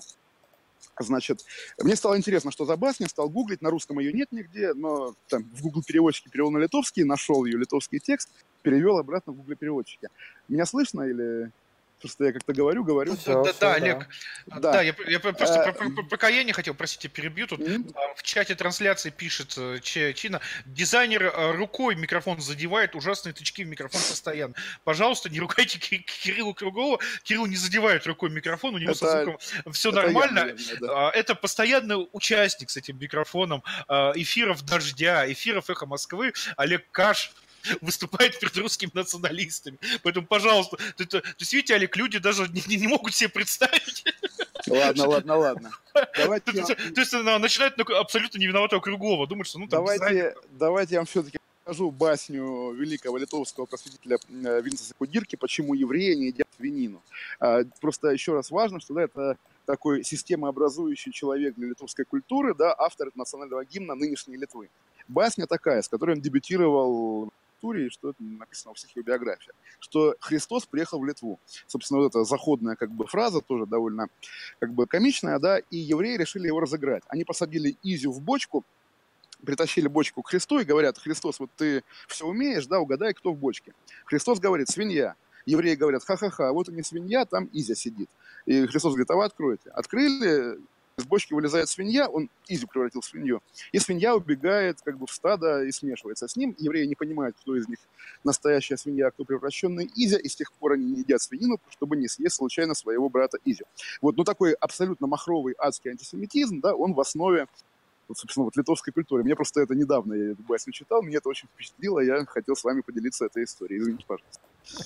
S2: Значит, мне стало интересно, что за басня, стал гуглить, на русском ее нет нигде, но там в Google переводчике перевел на литовский, нашел ее литовский текст, перевел обратно в Google переводчике. Меня слышно или просто я как-то говорю?
S3: Да, Олег.
S2: Да.
S3: Да, я просто про покаяние хотел, простите, перебью. Тут в чате трансляции пишет Чина: дизайнер рукой микрофон задевает, ужасные тычки в микрофон постоянно. Пожалуйста, не ругайте Кириллу Круглова. Кирилл не задевает рукой микрофон, у него со звуком все нормально.
S2: Я, наверное, да.
S3: Это постоянный участник с этим микрофоном эфиров «Дождя», эфиров «Эхо Москвы» Олег Каш выступает перед русскими националистами. Поэтому, пожалуйста, то есть, видите, Олег, люди даже не могут себе представить.
S2: Ладно. Давайте
S3: то есть начинает абсолютно невиноватого Круглова. Думают, что
S2: давайте я вам все-таки расскажу басню великого литовского просветителя Винцеса Кудирки «Почему евреи не едят свинину». Просто еще раз важно, что да, это такой системообразующий человек для литовской культуры, да, автор национального гимна нынешней Литвы. Басня такая, с которой он дебютировал в Туре, что это написано во всех его биографиях, что Христос приехал в Литву. Собственно, вот эта заходная как бы фраза, тоже довольно как бы комичная, да, и евреи решили его разыграть. Они посадили Изю в бочку, притащили бочку к Христу и говорят: Христос, вот ты все умеешь, да, угадай, кто в бочке. Христос говорит: свинья. Евреи говорят: ха-ха-ха, вот и не свинья, там Изя сидит. И Христос говорит: а вы откройте. Открыли, из бочки вылезает свинья, он Изю превратил в свинью, и свинья убегает как бы в стадо и смешивается с ним. Евреи не понимают, кто из них настоящая свинья, а кто превращенный Изя, и с тех пор они не едят свинину, чтобы не съесть случайно своего брата Изю. Вот, ну такой абсолютно махровый адский антисемитизм, да, он в основе, вот, собственно, вот литовской культуры. Мне просто это недавно, я эту басню читал, меня это очень впечатлило, я хотел с вами поделиться этой историей. Извините, пожалуйста.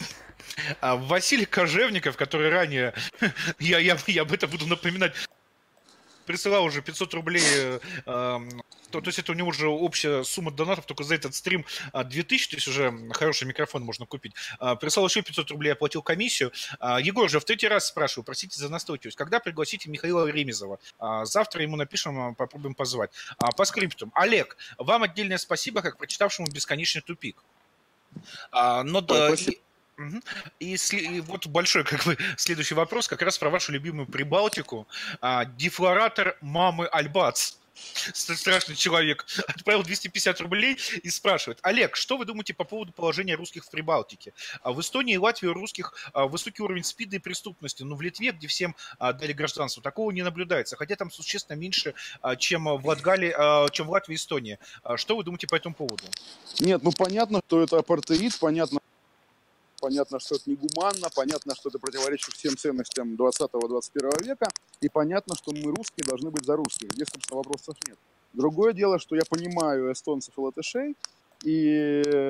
S3: Василий Кожевников, который ранее, я об этом буду напоминать, присылал уже 500 рублей, то есть это у него уже общая сумма донатов только за этот стрим 2000, то есть уже хороший микрофон можно купить. Прислал еще 500 рублей, оплатил комиссию. Егор, уже в третий раз спрашиваю, простите за настойчивость, когда пригласите Михаила Ремезова? Завтра ему напишем, попробуем позвать. По скриптам. Олег, вам отдельное спасибо, как прочитавшему «Бесконечный тупик». Но да... И вот большой как бы следующий вопрос как раз про вашу любимую Прибалтику. Дефлоратор мамы Альбац, страшный человек, отправил 250 рублей и спрашивает: Олег, что вы думаете по поводу положения русских в Прибалтике? В Эстонии и Латвии у русских высокий уровень СПИДа и преступности, но в Литве, где всем дали гражданство, такого не наблюдается, хотя там существенно меньше, чем в Латвии и Эстонии. Что вы думаете по этому поводу?
S2: Нет, ну понятно, что это апартеид, понятно, понятно, что это негуманно, понятно, что это противоречит всем ценностям 20-21 века, и понятно, что мы, русские, должны быть за русских. Здесь, собственно, вопросов нет. Другое дело, что я понимаю эстонцев и латышей, и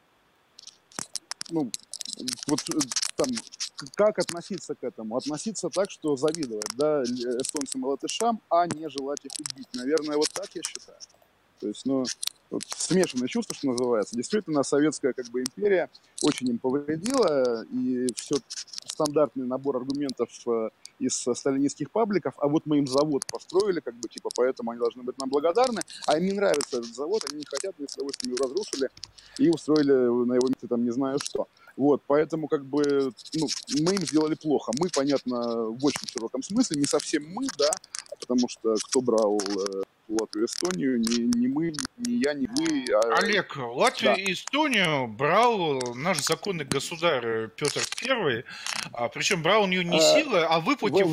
S2: ну, вот там, как относиться к этому? Относиться так, что завидовать, да, эстонцам и латышам, а не желать их убить. Наверное, вот так я считаю. То есть, ну, вот смешанное чувство, что называется. Действительно, советская как бы империя очень им повредила, и все стандартный набор аргументов из сталинистских пабликов, а вот мы им завод построили, как бы, типа, поэтому они должны быть нам благодарны, а им не нравится этот завод, они не хотят, они с удовольствием его разрушили и устроили на его месте там не знаю что. Вот, поэтому, как бы, ну, мы им сделали плохо. Мы, понятно, в очень широком смысле, не совсем мы, да, потому что кто брал Латвию и Эстонию, не мы, не я, не вы.
S3: Олег, Латвию
S2: Да.
S3: и Эстонию брал наш законный государь Петр I, причем брал он ее не силой, а выплатив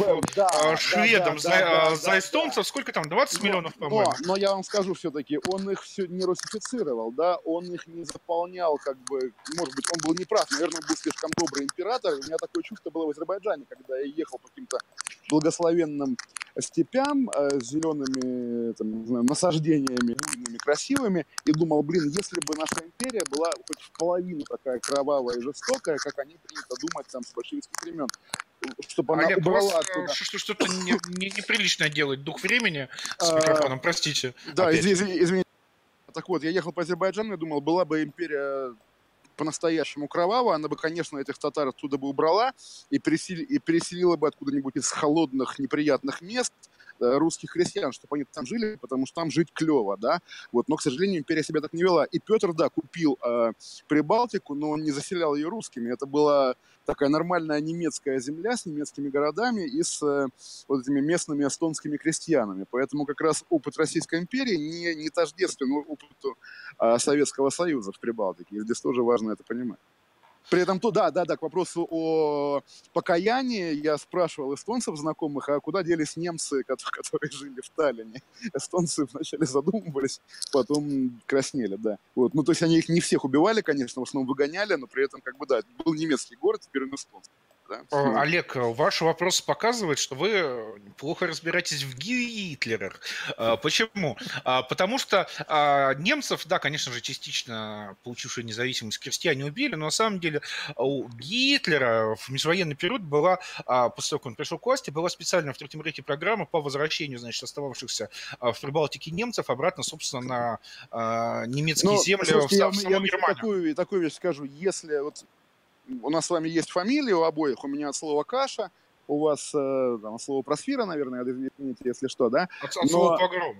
S3: шведам за эстонцев, сколько там, 20 миллионов, по-моему?
S2: Но я вам скажу все-таки, он их все не русифицировал, да, он их не заполнял, как бы, может быть, он был неправ, наверное, он был слишком добрый император. У меня такое чувство было в Азербайджане, когда я ехал по каким-то благословенным степям с зелеными там, не знаю, насаждениями, буйными, красивыми, и думал, блин, если бы наша империя была хоть в половину такая кровавая и жестокая, как они принято думать там с большевистских времен, чтобы она
S3: Олег,
S2: убрала оттуда.
S3: Что-то неприличное делает дух времени с микрофоном, простите.
S2: Да, извините. Так вот, я ехал по Азербайджану и думал, была бы империя по-настоящему кровавая, она бы, конечно, этих татар оттуда бы убрала и переселила бы откуда-нибудь из холодных, неприятных мест русских крестьян, чтобы они там жили, потому что там жить клево, да. Вот, но, к сожалению, империя себя так не вела. И Петр, да, купил Прибалтику, но он не заселял ее русскими. Это была такая нормальная немецкая земля с немецкими городами и с вот этими местными эстонскими крестьянами. Поэтому как раз опыт Российской империи не тождествен опыту Советского Союза в Прибалтике. И здесь тоже важно это понимать. При этом, да, к вопросу о покаянии, я спрашивал эстонцев знакомых, а куда делись немцы, которые жили в Таллине. Эстонцы вначале задумывались, потом краснели, да. Вот. Ну, то есть они их не всех убивали, конечно, в основном выгоняли, но при этом, как бы, да, это был немецкий город, теперь он эстонский. Да?
S3: Олег, ваш вопрос показывает, что вы плохо разбираетесь в Гитлерах. Почему? Потому что немцев, да, конечно же, частично получившие независимость крестьяне убили, но на самом деле у Гитлера в межвоенный период была, после того, как он пришел к власти, была специальная в Третьем Рейхе программа по возвращению, значит, остававшихся в Прибалтике немцев обратно, собственно, на немецкие земли в саму Германию.
S2: Я такую вещь скажу. Если вот у нас с вами есть фамилии у обоих, у меня от слова «каша», у вас там, слово «просфира», наверное, извините, если что, да?
S3: От слова «погром».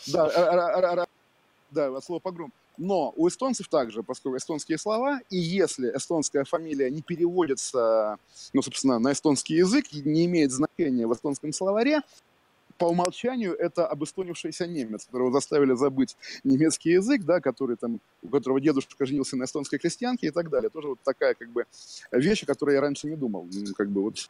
S2: Да, от слова «погром». Но у эстонцев также, поскольку эстонские слова, и если эстонская фамилия не переводится, ну, собственно, на эстонский язык, не имеет значения в эстонском словаре, по умолчанию это обэстонившийся немец, которого заставили забыть немецкий язык, да, который там, у которого дедушка женился на эстонской крестьянке и так далее. Тоже вот такая как бы вещь, о которой я раньше не думал. Как бы вот.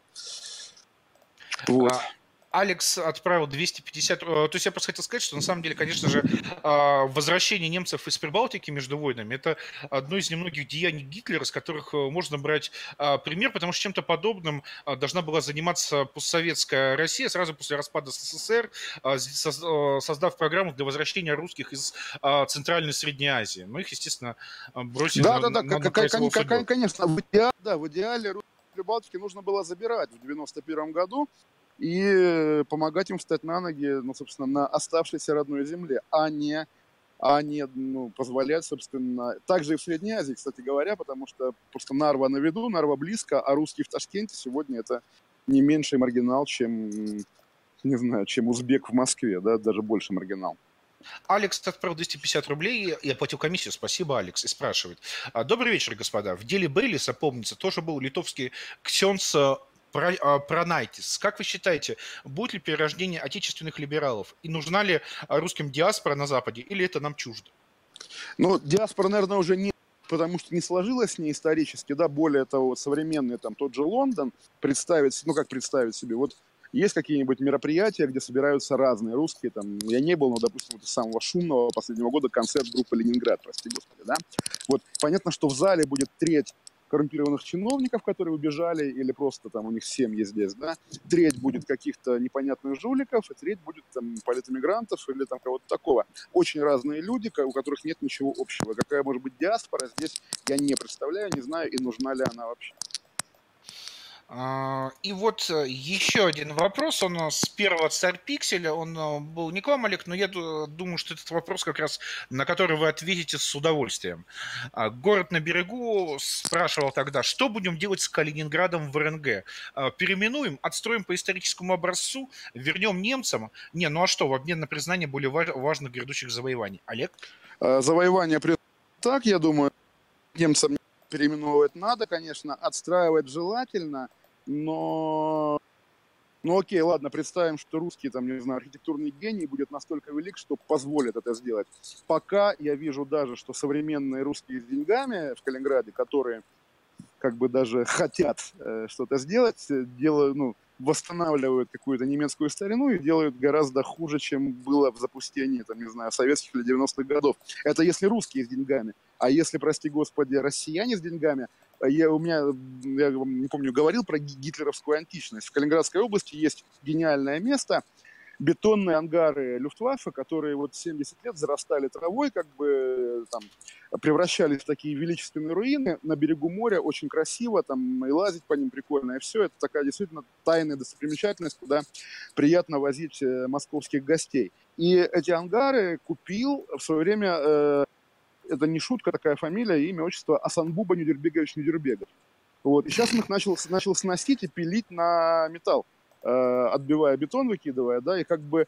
S3: Алекс отправил 250... То есть я просто хотел сказать, что на самом деле, конечно же, возвращение немцев из Прибалтики между войнами – это одно из немногих деяний Гитлера, с которых можно брать пример, потому что чем-то подобным должна была заниматься постсоветская Россия сразу после распада СССР, создав программу для возвращения русских из Центральной и Средней Азии. Ну, их, естественно, бросили
S2: на конечно. В идеале русских в Прибалтике нужно было забирать в 91 году, и помогать им встать на ноги, ну, собственно, на оставшейся родной земле, а не ну, позволять, собственно, также и в Средней Азии, кстати говоря, потому что просто Нарва на виду, Нарва близко, а русский в Ташкенте сегодня это не меньший маргинал, чем, не знаю, чем узбек в Москве, да, даже больше маргинал.
S3: Алекс отправил 250 рублей и оплатил комиссию. Спасибо, Алекс. И спрашивает. Добрый вечер, господа. В деле Бейлиса, помнится, тоже был литовский ксенц Пронайтис. Как вы считаете, будет ли перерождение отечественных либералов? И нужна ли русским диаспора на Западе? Или это нам чуждо?
S2: Ну, диаспора, наверное, уже не, потому что не сложилось с ней исторически, да, более того, вот современный там тот же Лондон представить, ну, как представить себе, вот есть какие-нибудь мероприятия, где собираются разные русские, там, я не был, но, допустим, вот из самого шумного последнего года концерт группы «Ленинград», прости господи, да, вот, понятно, что в зале будет треть коррумпированных чиновников, которые убежали, или просто там у них семьи здесь, да, треть будет каких-то непонятных жуликов, и треть будет там политэмигрантов или там кого-то такого. Очень разные люди, у которых нет ничего общего. Какая может быть диаспора, здесь я не представляю, не знаю, и нужна ли она вообще.
S3: И вот еще один вопрос, он с первого Царь-Пикселя, он был не к вам, Олег, но я думаю, что этот вопрос как раз, на который вы ответите с удовольствием. Город на берегу спрашивал тогда, что будем делать с Калининградом в РНГ? Переименуем, отстроим по историческому образцу, вернем немцам? Не, ну а что, в обмен на признание более важных грядущих завоеваний? Олег?
S2: Завоевание так, я думаю, немцам переименовывать надо, конечно, отстраивать желательно, но... Ну окей, ладно, представим, что русский, там, не знаю, архитектурный гений будет настолько велик, что позволит это сделать. Пока я вижу даже, что современные русские с деньгами в Калининграде, которые как бы даже хотят что-то сделать, делают, ну, восстанавливают какую-то немецкую старину и делают гораздо хуже, чем было в запустении, там, не знаю, советских или 90-х годов. Это если русские с деньгами. А если, прости господи, россияне с деньгами, я не помню, говорил про гитлеровскую античность. В Калининградской области есть гениальное место, бетонные ангары Люфтваффе, которые вот 70 лет зарастали травой, как бы там превращались в такие величественные руины на берегу моря, очень красиво, там и лазить по ним прикольно, и все. Это такая действительно тайная достопримечательность, куда приятно возить московских гостей. И эти ангары купил в свое время, это не шутка, такая фамилия, имя, отчество, Асанбуба Нюдербегович Нюдербегов. Вот. И сейчас он их начал сносить и пилить на металл, отбивая бетон, выкидывая, да, и как бы,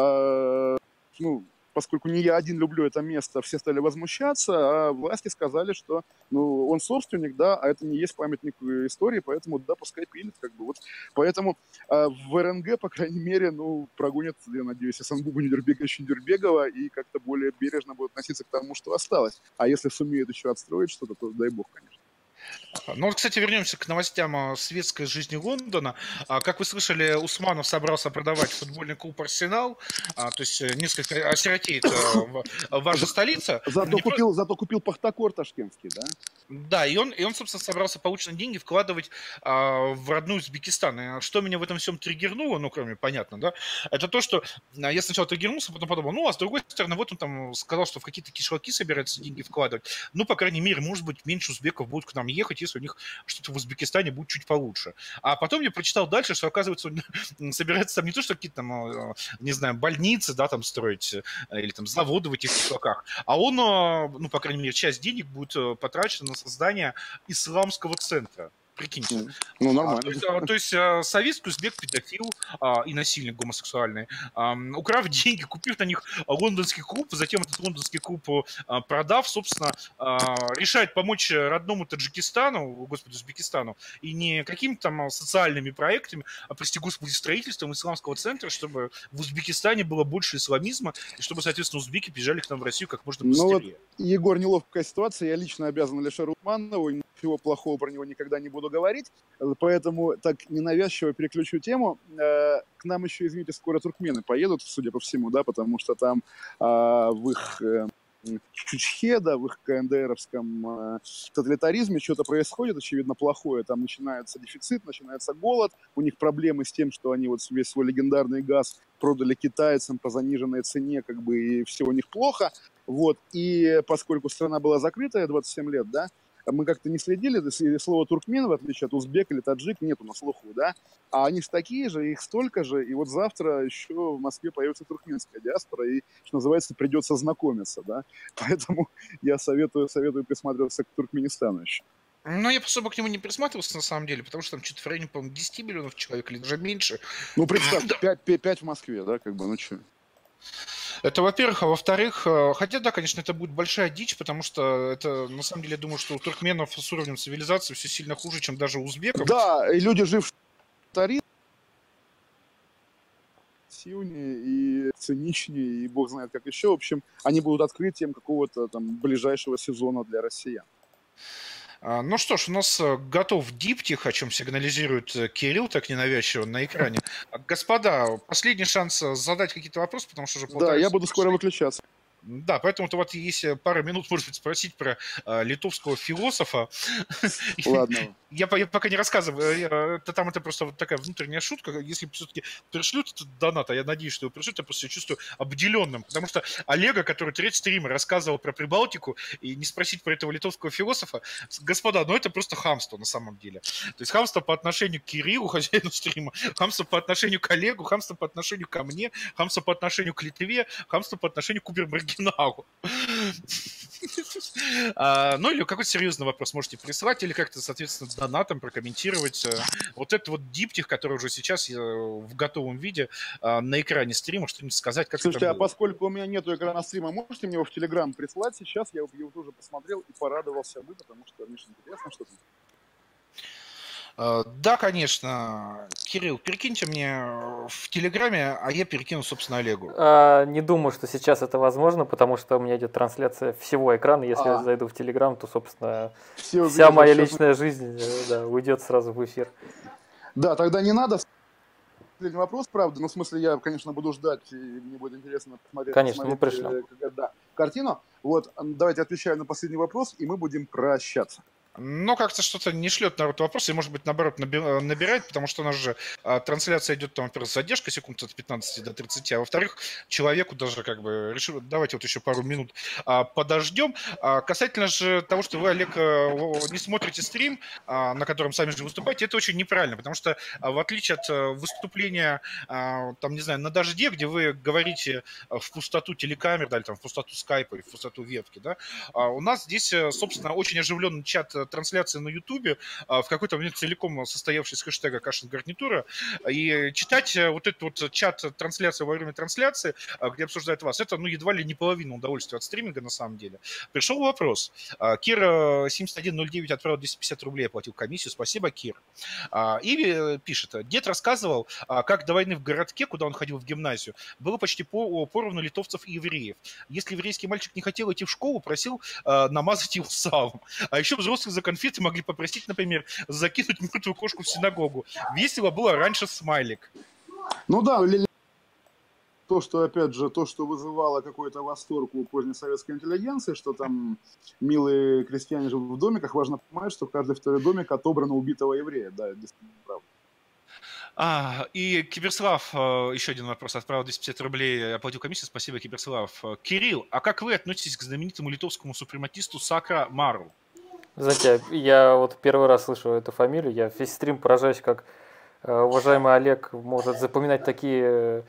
S2: ну, поскольку не я один люблю это место, все стали возмущаться, а власти сказали, что, ну, он собственник, да, а это не есть памятник истории, поэтому, да, пускай пилит, как бы, вот. Поэтому в РНГ, по крайней мере, ну, прогонят, я надеюсь, Асанбуба Нюдербеговича Нюдербегова и как-то более бережно будут относиться к тому, что осталось. А если сумеют еще отстроить что-то, то дай бог, конечно.
S3: Ну вот, кстати, вернемся к новостям светской жизни Лондона. Как вы слышали, Усманов собрался продавать футбольный клуб «Арсенал», то есть несколько осиротеет ваша столица.
S2: Зато купил Пахтакор ташкентский, да?
S3: Да, и он, собственно, собрался полученные деньги вкладывать в родной Узбекистан. И что меня в этом всем триггернуло, ну, кроме, понятно, да, это то, что я сначала триггернулся, потом подумал, ну, а с другой стороны, вот он там сказал, что в какие-то кишлаки собирается деньги вкладывать. Ну, по крайней мере, может быть, меньше узбеков будут к нам ехать, если у них что-то в Узбекистане будет чуть получше. А потом я прочитал дальше, что, оказывается, он собирается там не то, что какие-то там, не знаю, больницы, да, там строить, или там заводы в этих кишлаках, а он, ну, по крайней мере, часть денег будет потрачена на создание исламского центра. Прикиньте.
S2: Ну, нормально.
S3: То есть советский узбек педофил и насильник гомосексуальный, украв деньги, купив на них лондонский клуб, затем этот лондонский клуб продав, собственно, решает помочь родному Таджикистану, господи, Узбекистану, и не какими-то там социальными проектами, а, прости господи, строительством исламского центра, чтобы в Узбекистане было больше исламизма, и чтобы, соответственно, узбеки бежали к нам в Россию как можно быстрее.
S2: Ну вот, Егор, неловкая ситуация, я лично обязан Алишеру Усманову, ничего плохого про него никогда не буду говорить, поэтому так ненавязчиво переключу тему. К нам еще, извините, скоро туркмены поедут, судя по всему, да, потому что там в их Чучхеда, в их КНДРовском тоталитаризме что-то происходит, очевидно, плохое. Там начинается дефицит, начинается голод, у них проблемы с тем, что они вот весь свой легендарный газ продали китайцам по заниженной цене, как бы, и все у них плохо. Вот, и поскольку страна была закрытая 27 лет, да, мы как-то не следили, слово туркмен, в отличие от узбек или таджик, нету на слуху, да, а они же такие же, их столько же, и вот завтра еще в Москве появится туркменская диаспора, и, что называется, придется знакомиться, да, поэтому я советую присматриваться к Туркменистану еще.
S3: Ну, я особо к нему не присматривался, на самом деле, потому что там что-то в районе, по-моему, 10 миллионов человек или даже меньше.
S2: Ну, представь, 5 в Москве, да, как бы, ну что.
S3: Это, во-первых, а во-вторых, хотя, да, конечно, это будет большая дичь, потому что это, на самом деле, я думаю, что у туркменов с уровнем цивилизации все сильно хуже, чем даже у узбеков.
S2: Да, и люди, жившие в Тари, сильнее и циничнее, и бог знает как еще. В общем, они будут открытием какого-то там ближайшего сезона для россиян.
S3: Ну что ж, у нас готов диптих, о чем сигнализирует Кирилл так ненавязчиво на экране. Господа, последний шанс задать какие-то вопросы, потому что уже
S2: Да, я буду скоро выключаться.
S3: Да, поэтому-то вот если пару минут, может быть, спросить про литовского философа.
S2: Ладно.
S3: Я пока не рассказываю. Это просто вот такая внутренняя шутка. Если все-таки пришлют этот донат, а я надеюсь, что его пришлют, я просто себя чувствую обделенным. Потому что Олега, который третий стример, рассказывал про Прибалтику, и не спросить про этого литовского философа, господа, ну это просто хамство на самом деле. То есть хамство по отношению к Кириллу, хозяину стрима, хамство по отношению к Олегу, хамство по отношению ко мне, хамство по отношению к Литве, хамство по отношению к Убер-маргиналу. Ну или какой-то серьезный вопрос можете присылать, или как-то, соответственно, донатом прокомментировать вот этот вот диптих, который уже сейчас в готовом виде на экране стрима, что-нибудь сказать, как
S2: Слушайте,
S3: это
S2: а
S3: было.
S2: поскольку у меня нету экрана стрима, можете мне его в Телеграм прислать сейчас? Я его тоже посмотрел и порадовался бы, потому что мне интересно, что там.
S3: Да, конечно. Кирилл, перекиньте мне в Телеграме, а я перекину, собственно, Олегу.
S1: Не думаю, что сейчас это возможно, потому что у меня идет трансляция всего экрана. Если я зайду в Телеграм, то, собственно, вся моя личная жизнь уйдет сразу в эфир.
S2: Да, тогда не надо. Последний вопрос, правда, ну, в смысле, я, конечно, буду ждать, и мне будет интересно посмотреть,
S1: конечно, мы пришлем.
S2: Картину. Вот, давайте отвечаю на последний вопрос, и мы будем прощаться.
S3: Но как-то что-то не шлет народ вопросы, и, может быть, наоборот, набирает, потому что у нас же трансляция идет, там, во-первых, задержка секунд от 15 до 30, а во-вторых, человеку даже как бы решил, давайте вот еще пару минут подождем. Касательно же того, что вы, Олег, не смотрите стрим, на котором сами же выступаете, это очень неправильно, потому что в отличие от выступления, там, не знаю, на дожде, где вы говорите в пустоту телекамер, да, или там в пустоту скайпа, и в пустоту вебки, да, у нас здесь, собственно, очень оживленный чат трансляции на Ютубе, в какой-то момент целиком состоявший из хэштега Кашин гарнитура, и читать вот этот вот чат трансляции во время трансляции, где обсуждают вас, это, ну, едва ли не половина удовольствия от стриминга на самом деле. Пришел вопрос. Кир 7109 отправил 250 рублей, оплатил комиссию. Спасибо, Кир. И пишет. Дед рассказывал, как до войны в городке, куда он ходил в гимназию, было почти поровну литовцев и евреев. Если еврейский мальчик не хотел идти в школу, просил намазать его салом. А еще взрослые за конфеты могли попросить, например, закинуть мертвую кошку в синагогу. Весело было раньше смайлик.
S2: Ну да, то, что, опять же, то, что вызывало какой-то восторг у поздней советской интеллигенции, что там милые крестьяне живут в домиках, важно понимать, что каждый второй домик отобран у убитого еврея. Да, это действительно правда.
S3: И Киберслав, еще один вопрос, отправил 250 рублей, оплатил комиссию, спасибо, Киберслав. Кирилл, а как вы относитесь к знаменитому литовскому супрематисту Сакра Мару?
S1: Знаете, я вот первый раз слышу эту фамилию, я весь стрим поражаюсь, как уважаемый Олег может запоминать такие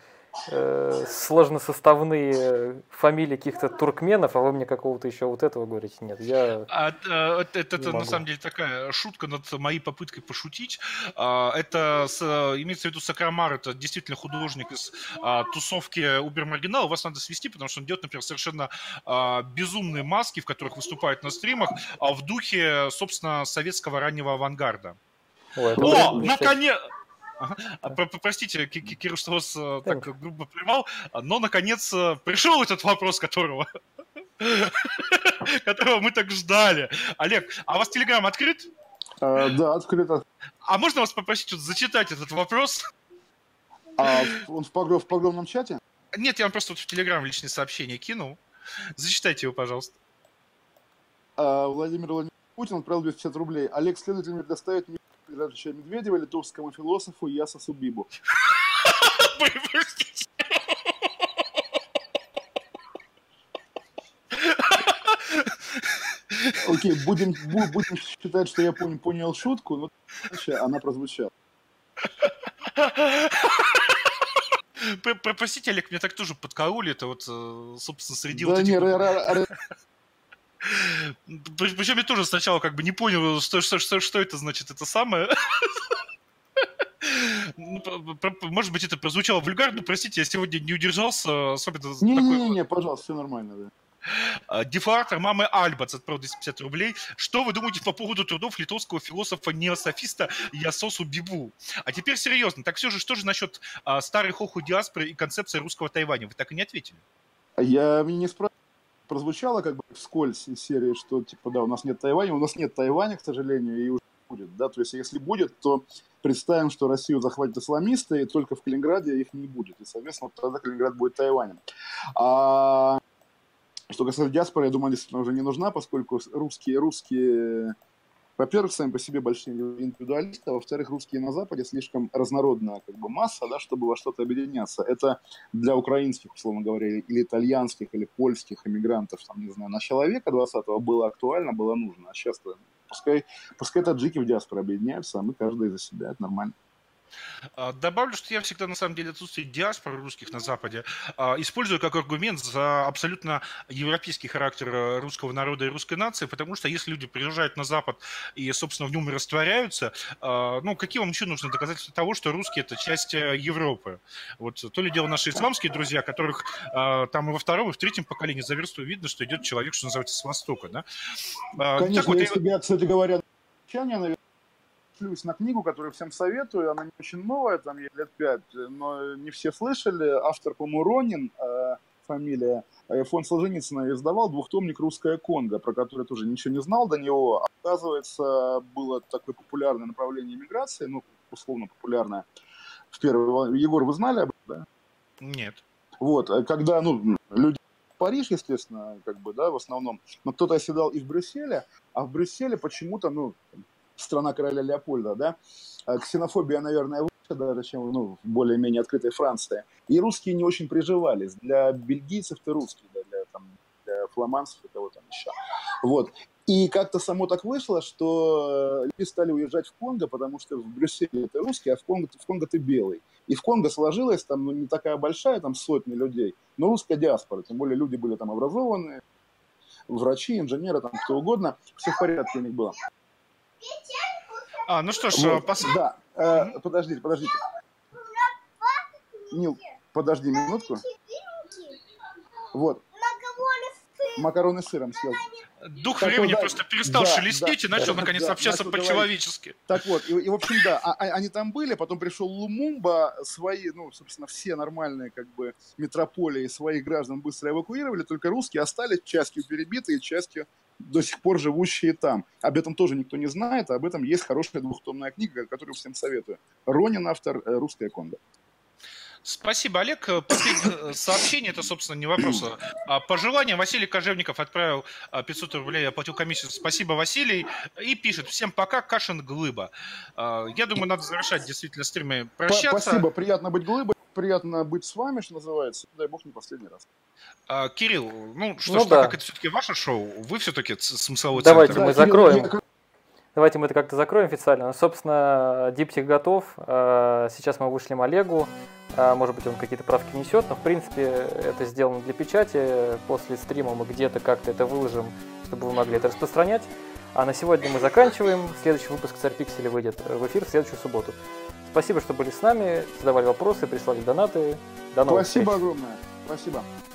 S1: сложносоставные фамилии каких-то туркменов, а вы мне какого-то еще вот этого говорите. Нет, я
S3: это на самом деле такая шутка над моей попыткой пошутить. Это имеется в виду Сакрамар, это действительно художник из тусовки Убер-маргинал. Вас надо свести, потому что он делает, например, совершенно безумные маски, в которых выступает на стримах, в духе, собственно, советского раннего авангарда. О, наконец! Простите, Кирилл, что вас так грубо прервал, но, наконец, пришел этот вопрос, которого мы так ждали. Олег, а у вас Телеграм открыт?
S2: Да, открыт.
S3: А можно вас попросить вот зачитать этот вопрос?
S2: Он в погромном чате?
S3: Нет, я вам просто вот в Телеграм личные сообщения кинул. Зачитайте его, пожалуйста.
S2: Владимир Владимирович Путин отправил 250 рублей. Олег, следователь мне предоставит Медведева литовскому философу Ясосу Бибу. Окей, будем считать, что я понял шутку, но она прозвучала.
S3: Простите, Олег, меня так тоже подкарули, это вот, собственно, среди
S2: да
S3: вот этих...
S1: Причем
S3: я тоже сначала как бы не понял, что это значит, это самое. Может быть, это прозвучало вульгарно, простите, я сегодня не удержался, особенно...
S2: Не, пожалуйста, все нормально, да.
S3: Дефлатор мамы Альбац отправил 250 рублей. Что вы думаете по поводу трудов литовского философа-неософиста Ясосу Бибу? А теперь серьезно, так все же, что же насчет старой хоху диаспоры и концепции русского Тайваня? Вы так и не ответили.
S2: Я не спрашиваю. Прозвучало как бы вскользь из серии, что типа, да, у нас нет Тайваня, к сожалению, и уже будет, да, то есть если будет, то представим, что Россию захватят исламисты, и только в Калининграде их не будет, и, соответственно, тогда Калининград будет Тайванем. Что касается диаспоры, я думаю, она действительно уже не нужна, поскольку русские, во-первых, сами по себе большие индивидуалисты, а во-вторых, русские на Западе слишком разнородная как бы масса, да, чтобы во что-то объединяться. Это для украинских, условно говоря, или итальянских, или польских эмигрантов, там, не знаю, начала века 20-го было актуально, было нужно. А сейчас пускай таджики в диаспоре объединяются, а мы каждый за себя, это нормально.
S3: Добавлю, что я всегда, на самом деле, отсутствие диаспоры русских на Западе использую как аргумент за абсолютно европейский характер русского народа и русской нации, потому что если люди приезжают на Запад и, собственно, в нем и растворяются, ну, какие вам еще нужны доказательства того, что русские – это часть Европы? Вот то ли дело наши исламские друзья, которых там и во втором, и в третьем поколении за версту видно, что идет человек, что называется, с Востока, да?
S2: Конечно, вот, я, кстати говоря, наверное, на книгу, которую всем советую, она не очень новая, там ей лет 5, но не все слышали. Автор, по-моему, Ронин, фамилия, фонд Солженицына издавал двухтомник «Русское Конго», про который тоже ничего не знал до него. Оказывается, было такое популярное направление миграции, ну, условно популярное. В первый, Егор, вы знали об этом, да?
S3: Нет.
S2: Вот, когда, ну, люди в Париж, естественно, как бы, да, в основном, но кто-то оседал и в Брюсселе, а в Брюсселе почему-то, ну, страна короля Леопольда, да, ксенофобия, наверное, выше даже, чем, ну, в более-менее открытой Франции. И русские не очень приживались. Для бельгийцев-то русские, да, для фламандцев и кого там еще. Вот. И как-то само так вышло, что люди стали уезжать в Конго, потому что в Брюсселе ты русский, а в Конго ты белый. И в Конго сложилась там, ну, не такая большая, там сотни людей, но русская диаспора. Тем более люди были там образованные, врачи, инженеры, там кто угодно. Все в порядке у них было.
S3: Ну что ж,
S2: вот, да, подождите. Нил, подожди минутку. Вот. Макароны с сыром съел.
S3: Дух так времени вот, просто перестал шелестеть и начал наконец общаться по-человечески.
S2: Так вот, и в общем, да, они там были, потом пришел Лумумба, свои, ну, собственно, все нормальные, как бы, метрополии своих граждан быстро эвакуировали, только русские остались, частью перебитые, частью до сих пор живущие там. Об этом тоже никто не знает, а об этом есть хорошая двухтомная книга, которую всем советую. Ронин, автор, «Русское Конго».
S3: Спасибо, Олег. Последнее сообщение, это, собственно, не вопрос. Пожелание. Василий Кожевников отправил 500 рублей, оплатил комиссию. Спасибо, Василий. И пишет: всем пока, Кашин Глыба. Я думаю, надо завершать действительно стримы, прощаться.
S2: Спасибо, приятно быть Глыбой, приятно быть с вами, что называется. Дай бог, не последний раз.
S3: Кирилл, ну что ж, так как это все-таки ваше шоу, вы все-таки смысловой
S1: Давайте
S3: центр.
S1: мы закроем. Давайте мы это как-то закроем официально. Собственно, диптих готов. Сейчас мы вышлем Олегу. Может быть, он какие-то правки несет, но, в принципе, это сделано для печати. После стрима мы где-то как-то это выложим, чтобы вы могли это распространять. А на сегодня мы заканчиваем. Следующий выпуск «Царь Пикселя» выйдет в эфир в следующую субботу. Спасибо, что были с нами, задавали вопросы, прислали донаты. До новых встреч.
S2: Спасибо огромное. Спасибо.